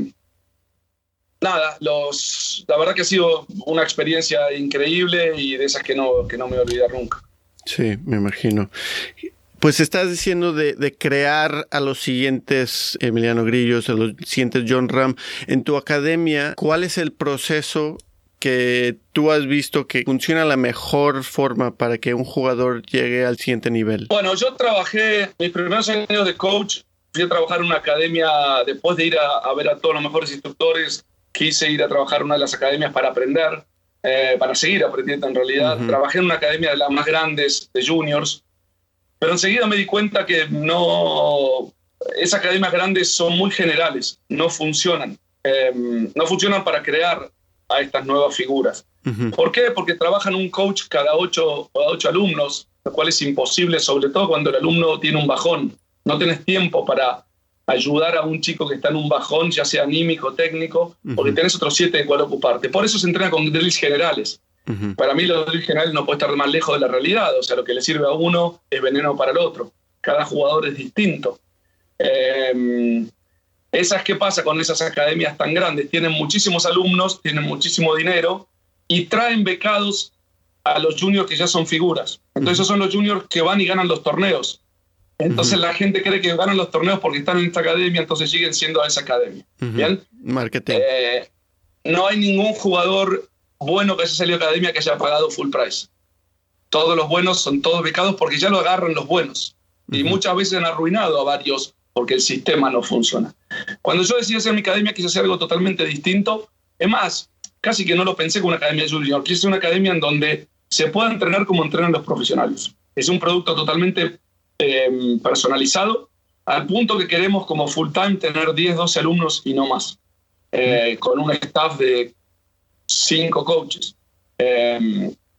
nada, los, la verdad que ha sido una experiencia increíble y de esas que no, que no me voy a olvidar nunca. Sí, me imagino. Pues estás diciendo de, de crear a los siguientes Emiliano Grillos, a los siguientes Jon Rahm. En tu academia, ¿cuál es el proceso que tú has visto que funciona la mejor forma para que un jugador llegue al siguiente nivel? Bueno, yo trabajé mis primeros años de coach. Fui a trabajar en una academia después de ir a, a ver a todos los mejores instructores. Quise ir a trabajar en una de las academias para aprender, eh, para seguir aprendiendo en realidad. Uh-huh. Trabajé en una academia de las más grandes de juniors, pero enseguida me di cuenta que no, esas academias grandes son muy generales, no funcionan. Eh, no funcionan para crear a estas nuevas figuras. Uh-huh. ¿Por qué? Porque trabajan un coach cada ocho, ocho alumnos, lo cual es imposible, sobre todo cuando el alumno tiene un bajón. No tenés tiempo para ayudar a un chico que está en un bajón, ya sea anímico o técnico, uh-huh. porque tenés otros siete de cuál ocuparte. Por eso se entrena con drills generales. Uh-huh. Para mí los drills generales no pueden estar más lejos de la realidad. O sea, lo que le sirve a uno es veneno para el otro. Cada jugador es distinto. Eh, Esas ¿qué pasa con esas academias tan grandes? Tienen muchísimos alumnos, tienen muchísimo dinero y traen becados a los juniors que ya son figuras. Entonces esos son los juniors que van y ganan los torneos. Entonces uh-huh. la gente cree que ganan los torneos porque están en esta academia, entonces siguen siendo a esa academia. Uh-huh. ¿Bien? Marketing. Eh, no hay ningún jugador bueno que haya salido de academia que haya pagado full price. Todos los buenos son todos becados porque ya lo agarran los buenos. Uh-huh. Y muchas veces han arruinado a varios porque el sistema no funciona. Cuando yo decidí hacer mi academia, quise hacer algo totalmente distinto. Es más, casi que no lo pensé como una academia junior. Quise hacer una academia en donde se pueda entrenar como entrenan los profesionales. Es un producto totalmente eh, personalizado, al punto que queremos como full time tener diez, doce alumnos y no más, eh, con un staff de cinco coaches. Eh,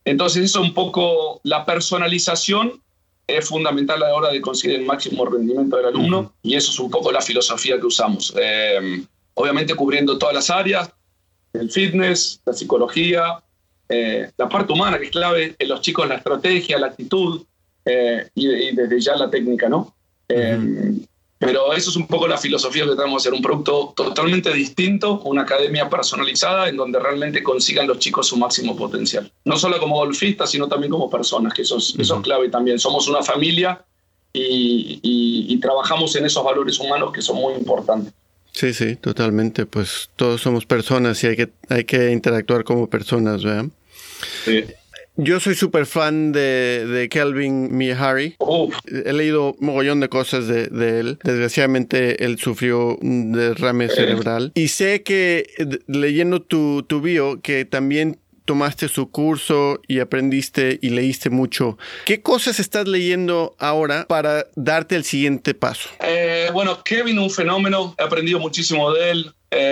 Entonces eso un poco, la personalización es fundamental a la hora de conseguir el máximo rendimiento del alumno, uh-huh. y eso es un poco la filosofía que usamos. Eh, obviamente cubriendo todas las áreas, el fitness, la psicología, eh, la parte humana que es clave, en los chicos la estrategia, la actitud, eh, y, y desde ya la técnica, ¿no? Eh, uh-huh. Pero eso es un poco la filosofía que tratamos de hacer, un producto totalmente distinto, una academia personalizada en donde realmente consigan los chicos su máximo potencial. No solo como golfistas, sino también como personas, que eso es, uh-huh. eso es clave también. Somos una familia y, y, y trabajamos en esos valores humanos que son muy importantes. Sí, sí, totalmente. Pues todos somos personas y hay que, hay que interactuar como personas, ¿verdad? Sí. Yo soy súper fan de, de Kelvin Mejari. Oh. He leído un mogollón de cosas de, de él. Desgraciadamente, él sufrió un derrame cerebral. Y sé que, leyendo tu, tu bio, que también tomaste su curso y aprendiste y leíste mucho. ¿Qué cosas estás leyendo ahora para darte el siguiente paso? Eh, bueno, Kevin, un fenómeno. He aprendido muchísimo de él.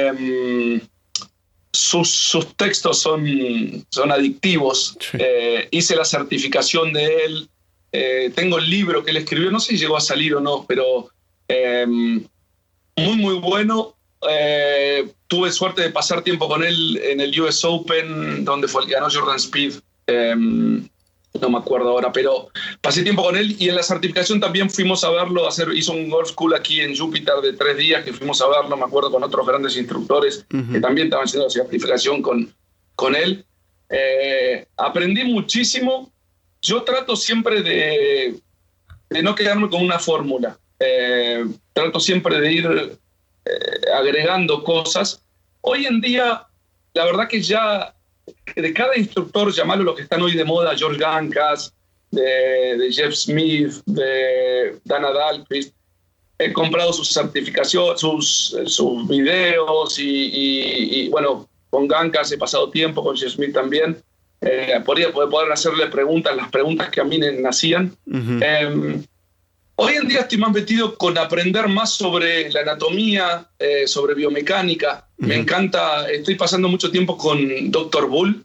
Eh, Sus, sus textos son, son adictivos. Sí. Eh, hice la certificación de él. Eh, tengo el libro que él escribió. No sé si llegó a salir o no, pero eh, muy, muy bueno. Eh, tuve suerte de pasar tiempo con él en el U S Open, donde fue el que ganó Jordan Spieth. Eh, no me acuerdo ahora, pero pasé tiempo con él y en la certificación también fuimos a verlo. Hacer, hizo un golf school aquí en Júpiter de tres días que fuimos a verlo, me acuerdo, con otros grandes instructores uh-huh. que también estaban haciendo la certificación con, con él. Eh, aprendí muchísimo. Yo trato siempre de, de no quedarme con una fórmula. Eh, trato siempre de ir eh, agregando cosas. Hoy en día, la verdad que ya de cada instructor, llamarlo lo que están hoy de moda, George Gankas, de, de Jeff Smith, de Dana Dahlquist, he comprado sus certificaciones, sus, sus videos y, y, y bueno, con Gankas he pasado tiempo, con Jeff Smith también. Eh, podría poder hacerle preguntas, las preguntas que a mí me nacían. Uh-huh. Eh, hoy en día estoy más metido con aprender más sobre la anatomía, eh, sobre biomecánica. Uh-huh. Me encanta, estoy pasando mucho tiempo con doctor Bull,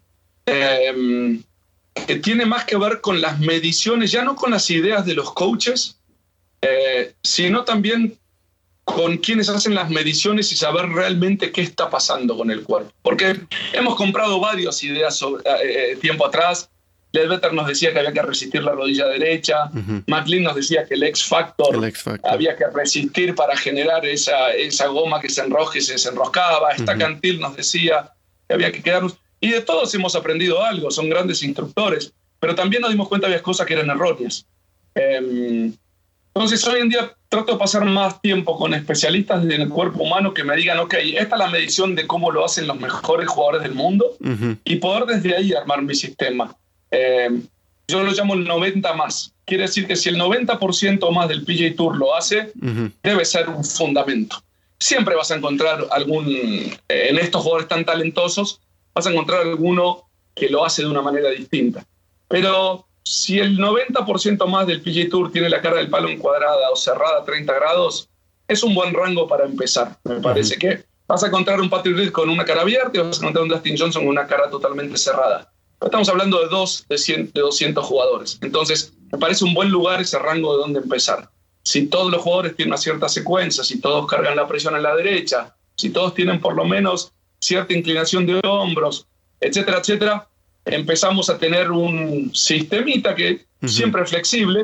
eh, que tiene más que ver con las mediciones, ya no con las ideas de los coaches, eh, sino también con quienes hacen las mediciones y saber realmente qué está pasando con el cuerpo. Porque hemos comprado varias ideas sobre, eh, tiempo atrás. Ledbetter nos decía que había que resistir la rodilla derecha. Uh-huh. McLean nos decía que el X-Factor, el X-Factor había que resistir para generar esa, esa goma que se enroja y se desenroscaba. Uh-huh. Stacantil nos decía que había que quedarnos. Y de todos hemos aprendido algo, son grandes instructores. Pero también nos dimos cuenta que había cosas que eran erróneas. Eh, entonces hoy en día trato de pasar más tiempo con especialistas en el cuerpo humano que me digan, ok, esta es la medición de cómo lo hacen los mejores jugadores del mundo, uh-huh. y poder desde ahí armar mi sistema. Eh, yo lo llamo el noventa más. Quiere decir que si el noventa por ciento más del P G A Tour lo hace, uh-huh. debe ser un fundamento. Siempre vas a encontrar algún, eh, en estos jugadores tan talentosos, vas a encontrar alguno que lo hace de una manera distinta. Pero si el noventa por ciento más del P G A Tour tiene la cara del palo encuadrada o cerrada a treinta grados, es un buen rango para empezar. Me parece uh-huh. que vas a encontrar un Patrick Reed con una cara abierta y vas a encontrar un Dustin Johnson con una cara totalmente cerrada. Pero estamos hablando de dos de, cien, de doscientos jugadores. Entonces, me parece un buen lugar ese rango de donde empezar. Si todos los jugadores tienen una cierta secuencia, si todos cargan la presión en la derecha, si todos tienen por lo menos cierta inclinación de hombros, etcétera, etcétera, empezamos a tener un sistemita que uh-huh. siempre es flexible,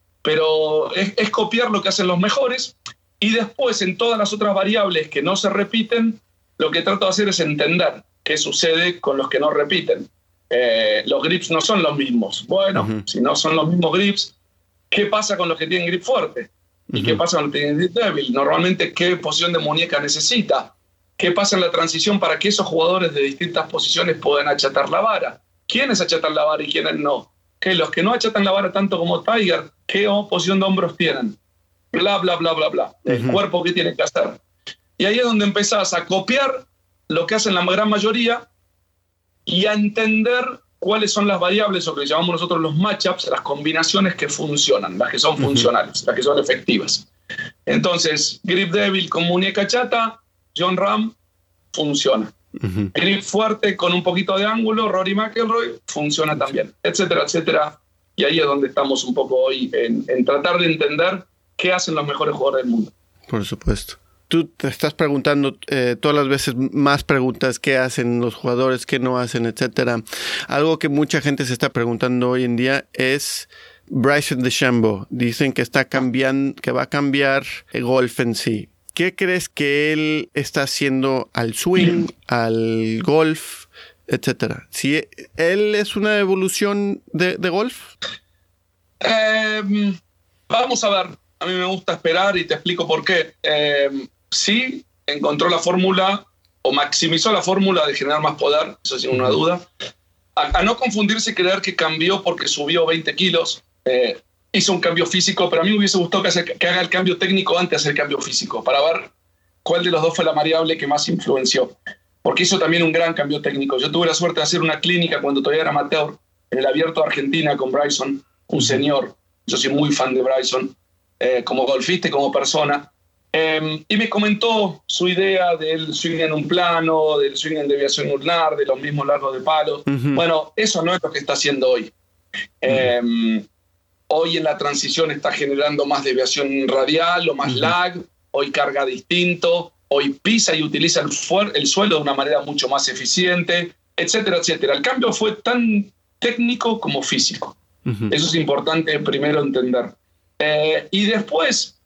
pero es, es copiar lo que hacen los mejores y después en todas las otras variables que no se repiten, lo que trato de hacer es entender qué sucede con los que no repiten. Eh, los grips no son los mismos. Bueno, uh-huh. si no son los mismos grips, ¿qué pasa con los que tienen grip fuerte? ¿Y uh-huh. qué pasa con los que tienen grip débil? Normalmente, ¿qué posición de muñeca necesita? ¿Qué pasa en la transición para que esos jugadores de distintas posiciones puedan achatar la vara? ¿Quiénes achatan la vara y quiénes no? ¿Qué? Los que no achatan la vara tanto como Tiger, ¿qué posición de hombros tienen? Bla, bla, bla, bla, bla. Uh-huh. El cuerpo, ¿qué tiene que hacer? Y ahí es donde empezás a copiar lo que hacen la gran mayoría y a entender cuáles son las variables, o que llamamos nosotros los matchups, las combinaciones que funcionan, las que son uh-huh. funcionales, las que son efectivas. Entonces, grip débil con muñeca chata, John Ram funciona. Uh-huh. Grip fuerte con un poquito de ángulo, Rory McIlroy, funciona también, etcétera, etcétera. Y ahí es donde estamos un poco hoy, en, en tratar de entender qué hacen los mejores jugadores del mundo. Por supuesto. Tú te estás preguntando eh, todas las veces más preguntas, qué hacen los jugadores, qué no hacen, etcétera. Algo que mucha gente se está preguntando hoy en día es Bryson DeChambeau. Dicen que está cambiando, que va a cambiar el golf en sí. ¿Qué crees que él está haciendo al swing, al golf, etcétera? Si él es una evolución de, de golf. Eh, vamos a ver. A mí me gusta esperar y te explico por qué. Eh, sí, encontró la fórmula o maximizó la fórmula de generar más poder, eso sin una duda. A, a no confundirse y creer que cambió porque subió veinte kilos. Eh, hizo un cambio físico, pero a mí me hubiese gustado que, hace, que haga el cambio técnico antes de hacer el cambio físico, para ver cuál de los dos fue la variable que más influenció. Porque hizo también un gran cambio técnico. Yo tuve la suerte de hacer una clínica cuando todavía era amateur, en el Abierto de Argentina con Bryson, un señor. Yo soy muy fan de Bryson, eh, como golfista y como persona. Eh, y me comentó su idea del swing en un plano, del swing en deviación lunar, de los mismos largos de palos. Uh-huh. Bueno, eso no es lo que está haciendo hoy. Eh, uh-huh. Hoy en la transición está generando más deviación radial o más uh-huh. lag, hoy carga distinto, hoy pisa y utiliza el, fuer- el suelo de una manera mucho más eficiente, etcétera, etcétera. El cambio fue tan técnico como físico. Uh-huh. Eso es importante primero entender. Eh, y después,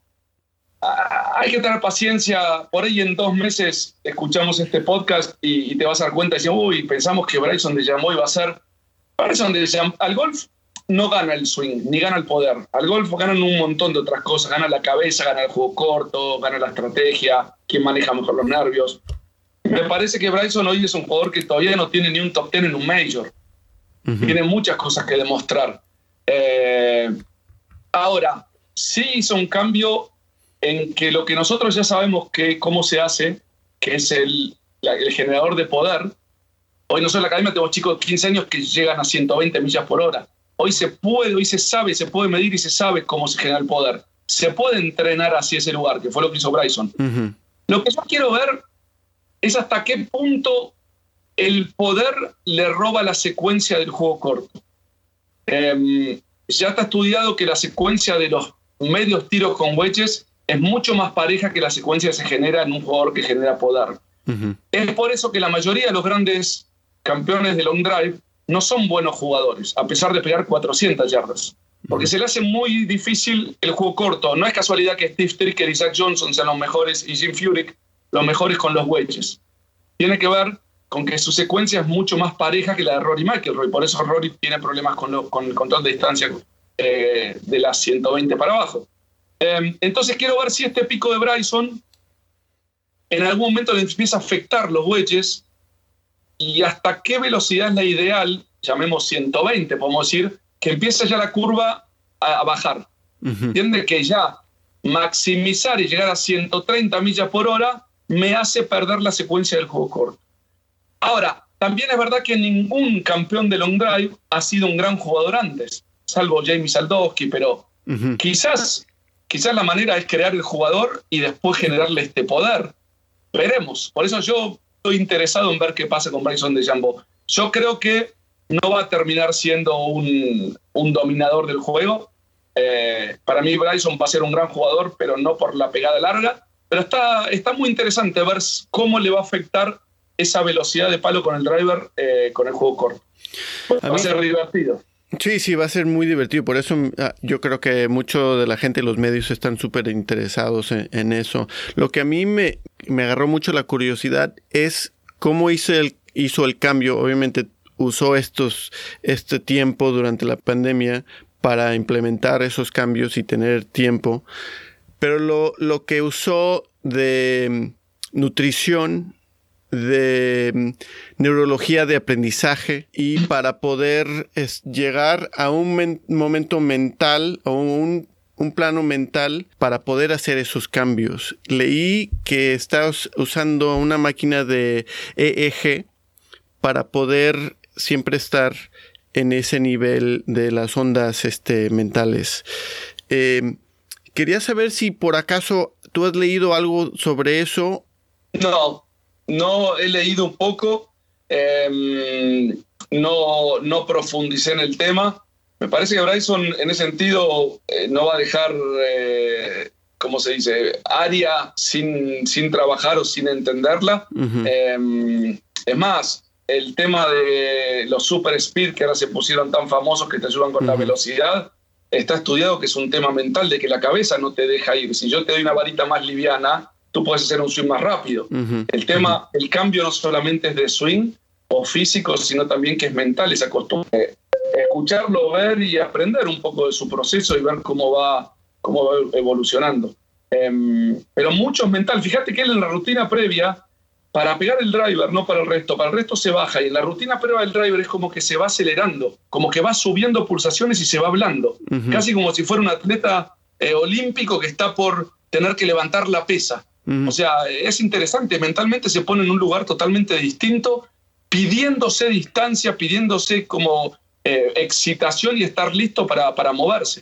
a- hay que tener paciencia. Por ahí en dos meses escuchamos este podcast y, y te vas a dar cuenta y decís, uy, pensamos que Bryson DeChambeau iba a ser... Bryson DeChambeau, al golf no gana el swing, ni gana el poder. Al golf ganan un montón de otras cosas. Gana la cabeza, gana el juego corto, gana la estrategia, quién maneja mejor los nervios. Me parece que Bryson hoy es un jugador que todavía no tiene ni un top ten en un major. Uh-huh. Tiene muchas cosas que demostrar. Eh, ahora, sí hizo un cambio en que lo que nosotros ya sabemos que cómo se hace, que es el, la, el generador de poder. Hoy nosotros en la academia tenemos chicos de quince años que llegan a ciento veinte millas por hora. Hoy se puede, hoy se sabe, se puede medir y se sabe cómo se genera el poder. Se puede entrenar hacia ese lugar, que fue lo que hizo Bryson. Uh-huh. Lo que yo quiero ver es hasta qué punto el poder le roba la secuencia del juego corto. Eh, ya está estudiado que la secuencia de los medios tiros con wedges es mucho más pareja que la secuencia que se genera en un jugador que genera poder. Uh-huh. Es por eso que la mayoría de los grandes campeones de long drive no son buenos jugadores, a pesar de pegar cuatrocientas yardas. Porque se le hace muy difícil el juego corto. No es casualidad que Steve Stricker y Zach Johnson sean los mejores y Jim Furyk los mejores con los wedges. Tiene que ver con que su secuencia es mucho más pareja que la de Rory McIlroy. Por eso Rory tiene problemas con, lo, con el control de distancia eh, de las ciento veinte para abajo. Eh, entonces quiero ver si este pico de Bryson en algún momento le empieza a afectar los wedges y hasta qué velocidad es la ideal, llamemos ciento veinte, podemos decir, que empieza ya la curva a, a bajar. Uh-huh. Entiende que ya maximizar y llegar a ciento treinta millas por hora me hace perder la secuencia del juego corto. Ahora, también es verdad que ningún campeón de long drive ha sido un gran jugador antes, salvo Jamie Saldowski, pero uh-huh. quizás, quizás la manera es crear el jugador y después generarle este poder. Veremos. Por eso yo estoy interesado en ver qué pasa con Bryson DeChambeau. Yo creo que no va a terminar siendo un, un dominador del juego. Eh, para mí Bryson va a ser un gran jugador, pero no por la pegada larga. Pero está, está muy interesante ver cómo le va a afectar esa velocidad de palo con el driver, eh, con el juego corto. Va a, a ser divertido. Sí, sí, va a ser muy divertido. Por eso yo creo que mucho de la gente, los medios, están súper interesados en, en eso. Lo que a mí me, me agarró mucho la curiosidad es cómo hizo el, hizo el cambio. Obviamente usó estos, este tiempo durante la pandemia para implementar esos cambios y tener tiempo. Pero lo, lo que usó de nutrición, de neurología de aprendizaje y para poder es, llegar a un men- momento mental o un, un plano mental para poder hacer esos cambios. Leí que estás usando una máquina de E E G para poder siempre estar en ese nivel de las ondas este, mentales. Eh, quería saber si por acaso tú has leído algo sobre eso. No. no he leído un poco, eh, no, no profundicé en el tema. Me parece que Bryson en ese sentido eh, no va a dejar, eh, ¿cómo se dice?, área sin, sin trabajar o sin entenderla. Uh-huh. Eh, es más, el tema de los super speed que ahora se pusieron tan famosos que te ayudan con uh-huh. la velocidad, está estudiado que es un tema mental, de que la cabeza no te deja ir. Si yo te doy una varita más liviana, tú puedes hacer un swing más rápido. Uh-huh. El tema, uh-huh. el cambio no solamente es de swing o físico, sino también que es mental, esa costumbre. Escucharlo, ver y aprender un poco de su proceso y ver cómo va, cómo va evolucionando. Eh, pero mucho es mental. Fíjate que él en la rutina previa, para pegar el driver, no para el resto, para el resto se baja, y en la rutina previa del driver es como que se va acelerando, como que va subiendo pulsaciones y se va hablando, uh-huh. casi como si fuera un atleta eh, olímpico que está por tener que levantar la pesa. Uh-huh. O sea, es interesante, mentalmente se pone en un lugar totalmente distinto, pidiéndose distancia, pidiéndose como eh, excitación y estar listo para, para moverse.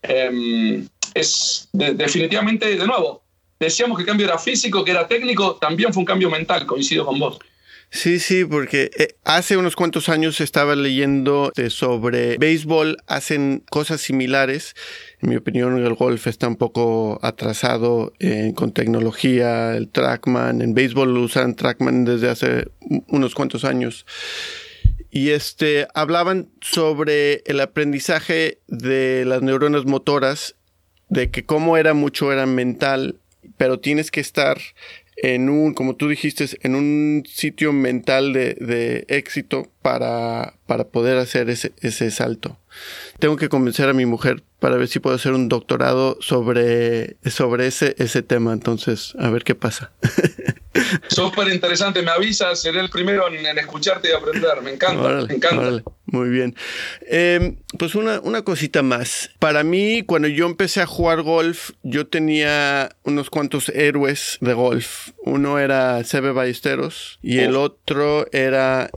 Eh, es de, definitivamente, de nuevo, decíamos que el cambio era físico, que era técnico, también fue un cambio mental, coincido con vos. Sí, sí, porque eh, hace unos cuantos años estaba leyendo eh, sobre béisbol, hacen cosas similares. En mi opinión, el golf está un poco atrasado eh, con tecnología, el TrackMan. En béisbol usan TrackMan desde hace unos cuantos años. Y este hablaban sobre el aprendizaje de las neuronas motoras, de que cómo era mucho era mental, pero tienes que estar en un, como tú dijiste, en un sitio mental de, de éxito para, para poder hacer ese, ese salto. Tengo que convencer a mi mujer para ver si puedo hacer un doctorado sobre, sobre ese, ese tema. Entonces, a ver qué pasa. Súper interesante, me avisas, seré el primero en, en escucharte y aprender. Me encanta, órale, me encanta. Órale. Muy bien. Eh, pues una, una cosita más. Para mí, cuando yo empecé a jugar golf, yo tenía unos cuantos héroes de golf. Uno era Seve Ballesteros y Uf. el otro era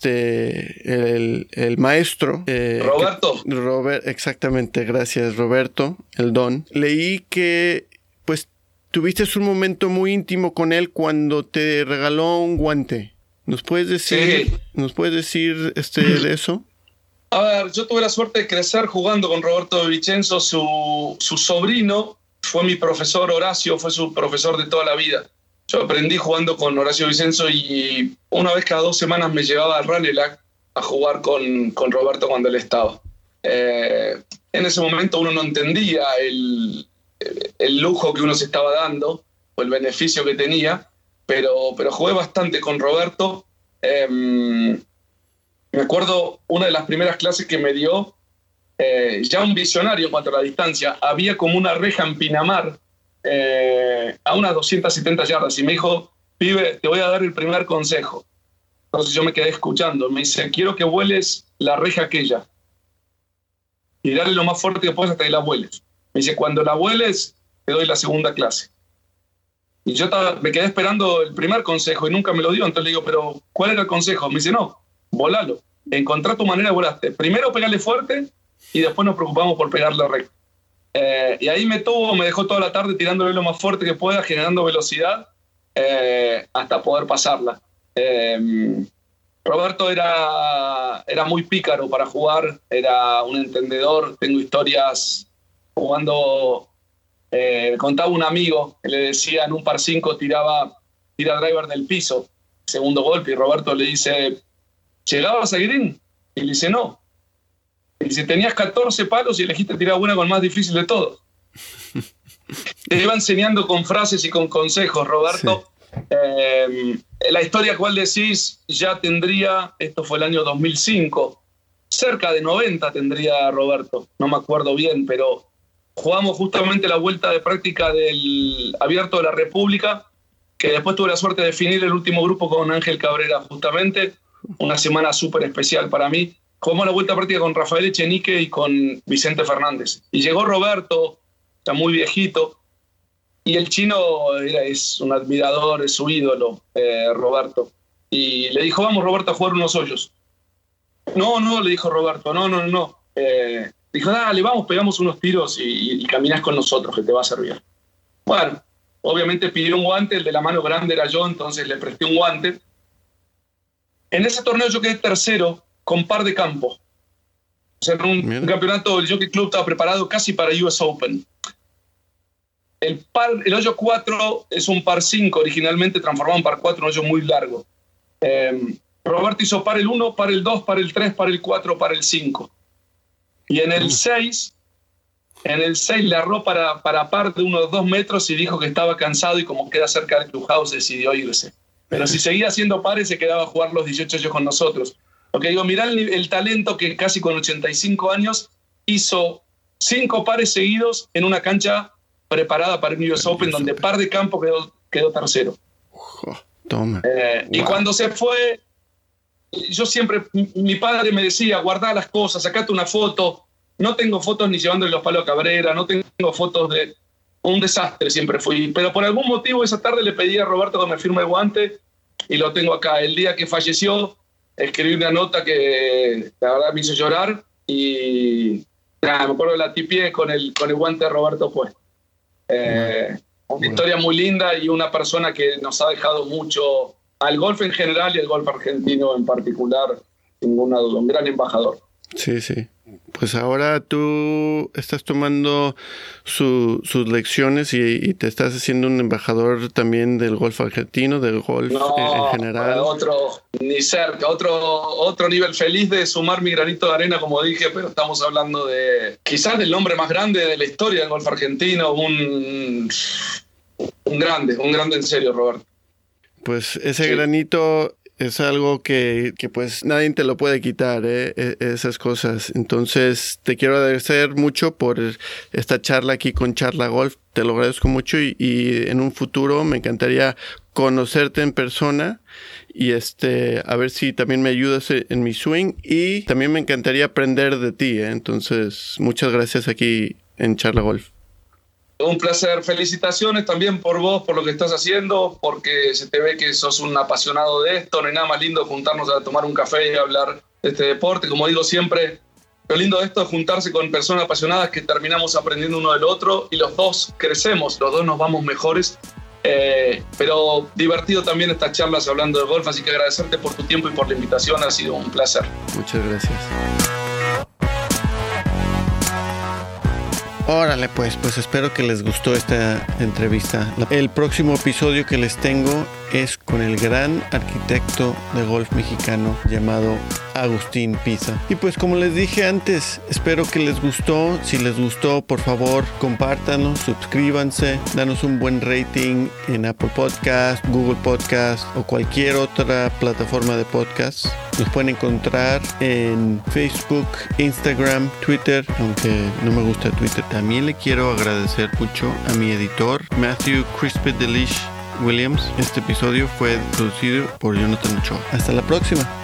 este el, el maestro. Eh, Roberto. Que, Robert, exactamente, gracias Roberto, el Don. Leí que pues tuviste un momento muy íntimo con él cuando te regaló un guante. ¿Nos puedes decir, sí. ¿nos puedes decir este, de eso? A ver, yo tuve la suerte de crecer jugando con Roberto de Vicenzo. Su, su sobrino fue mi profesor Horacio, fue su profesor de toda la vida. Yo aprendí jugando con Horacio Vicenzo y una vez cada dos semanas me llevaba a Ranelagh a jugar con, con Roberto cuando él estaba. Eh, en ese momento uno no entendía el, el lujo que uno se estaba dando o el beneficio que tenía. Pero, pero jugué bastante con Roberto. Eh, me acuerdo una de las primeras clases que me dio, eh, ya un visionario en cuanto a la distancia. Había como una reja en Pinamar, eh, a unas doscientas setenta yardas, y me dijo, pibe, te voy a dar el primer consejo. Entonces yo me quedé escuchando. Me dice, quiero que vueles la reja aquella y dale lo más fuerte que puedas hasta que la vueles. Me dice, cuando la vueles, te doy la segunda clase. Y yo estaba, me quedé esperando el primer consejo y nunca me lo dio. Entonces le digo, ¿pero cuál era el consejo? Me dice, no, volalo. Encontrá tu manera de volarte. Primero pegarle fuerte y después nos preocupamos por pegarle recto. Eh, y ahí me tuvo, me dejó toda la tarde tirándole lo más fuerte que pueda, generando velocidad eh, hasta poder pasarla. Eh, Roberto era, era muy pícaro para jugar, era un entendedor. Tengo historias jugando... Eh, contaba un amigo que le decía en un par cinco tiraba tira driver del piso, segundo golpe, y Roberto le dice, ¿llegabas a green? Y le dice, no. Y dice, tenías catorce palos y elegiste tirar una con el más difícil de todos. Te iba enseñando con frases y con consejos, Roberto. Sí. Eh, la historia cual decís ya tendría, esto fue el año dos mil cinco, cerca de noventa tendría Roberto, no me acuerdo bien, pero jugamos justamente la vuelta de práctica del Abierto de la República, que después tuve la suerte de definir el último grupo con Ángel Cabrera, justamente. Una semana súper especial para mí. Jugamos la vuelta de práctica con Rafael Echenique y con Vicente Fernández. Y llegó Roberto, ya muy viejito, y el chino era, es un admirador, es su ídolo, eh, Roberto. Y le dijo, vamos Roberto a jugar unos hoyos. No, no, le dijo Roberto, no, no, no. Eh, Dijo, dale, vamos, pegamos unos tiros y, y caminás con nosotros, que te va a servir. Bueno, obviamente pidió un guante, el de la mano grande era yo, entonces le presté un guante. En ese torneo yo quedé tercero con par de campo. O sea, en un, un campeonato, el Jockey Club estaba preparado casi para U S Open. El, par, el hoyo cuatro es un par cinco, originalmente transformado en par cuatro, un hoyo muy largo. Eh, Roberto hizo par el uno, par el dos, par el tres, par el cuatro, par el cinco. Y en el seis, en el seis le erró para, para par de unos dos metros y dijo que estaba cansado y como queda cerca del clubhouse decidió irse. Pero si seguía haciendo pares se quedaba a jugar los dieciocho hoyos con nosotros. Porque digo, mirá el, el talento que casi con ochenta y cinco años hizo cinco pares seguidos en una cancha preparada para el U S Open, donde par de campo quedó, quedó tercero. Oh, toma. Eh, wow. Y cuando se fue, yo siempre, mi padre me decía, guardá las cosas, sacate una foto. No tengo fotos ni llevándole los palos a Cabrera, no tengo fotos de... Un desastre siempre fui. Pero por algún motivo esa tarde le pedí a Roberto que me firme el guante y lo tengo acá. El día que falleció, escribí una nota que la verdad me hizo llorar y nada, me acuerdo de la tipié con el, con el guante de Roberto puesto. Eh, bueno. Una bueno. historia muy linda y una persona que nos ha dejado mucho al golf en general y al golf argentino en particular, sin ninguna duda, un gran embajador. Sí, sí. Pues ahora tú estás tomando su, sus lecciones y, y te estás haciendo un embajador también del golf argentino, del golf no, en, en general. Otro, ni cerca, otro, otro nivel. Feliz de sumar mi granito de arena, como dije, pero estamos hablando de quizás del hombre más grande de la historia del golf argentino, un, un grande, un grande en serio, Roberto. Pues ese sí. granito... Es algo que, que pues nadie te lo puede quitar, ¿eh? Esas cosas. Entonces te quiero agradecer mucho por esta charla aquí con Charla Golf. Te lo agradezco mucho y, y en un futuro me encantaría conocerte en persona y este a ver si también me ayudas en mi swing y también me encantaría aprender de ti, ¿eh? Entonces muchas gracias aquí en Charla Golf. Un placer, felicitaciones también por vos, por lo que estás haciendo, porque se te ve que sos un apasionado de esto, no hay nada más lindo juntarnos a tomar un café y hablar de este deporte. Como digo siempre, lo lindo de esto es juntarse con personas apasionadas que terminamos aprendiendo uno del otro y los dos crecemos, los dos nos vamos mejores. Eh, pero divertido también estas charlas hablando de golf, así que agradecerte por tu tiempo y por la invitación, ha sido un placer. Muchas gracias. Órale, pues, pues espero que les gustó esta entrevista. El próximo episodio que les tengo es con el gran arquitecto de golf mexicano llamado Agustín Pisa. Y pues como les dije antes, espero que les gustó. Si les gustó, por favor, compártanlo, suscríbanse, danos un buen rating en Apple Podcast, Google Podcast o cualquier otra plataforma de podcast. Nos pueden encontrar en Facebook, Instagram, Twitter, aunque no me gusta Twitter. También le quiero agradecer mucho a mi editor, Matthew Crispy Delish Williams. Este episodio fue producido por Jonathan Ochoa. Hasta la próxima.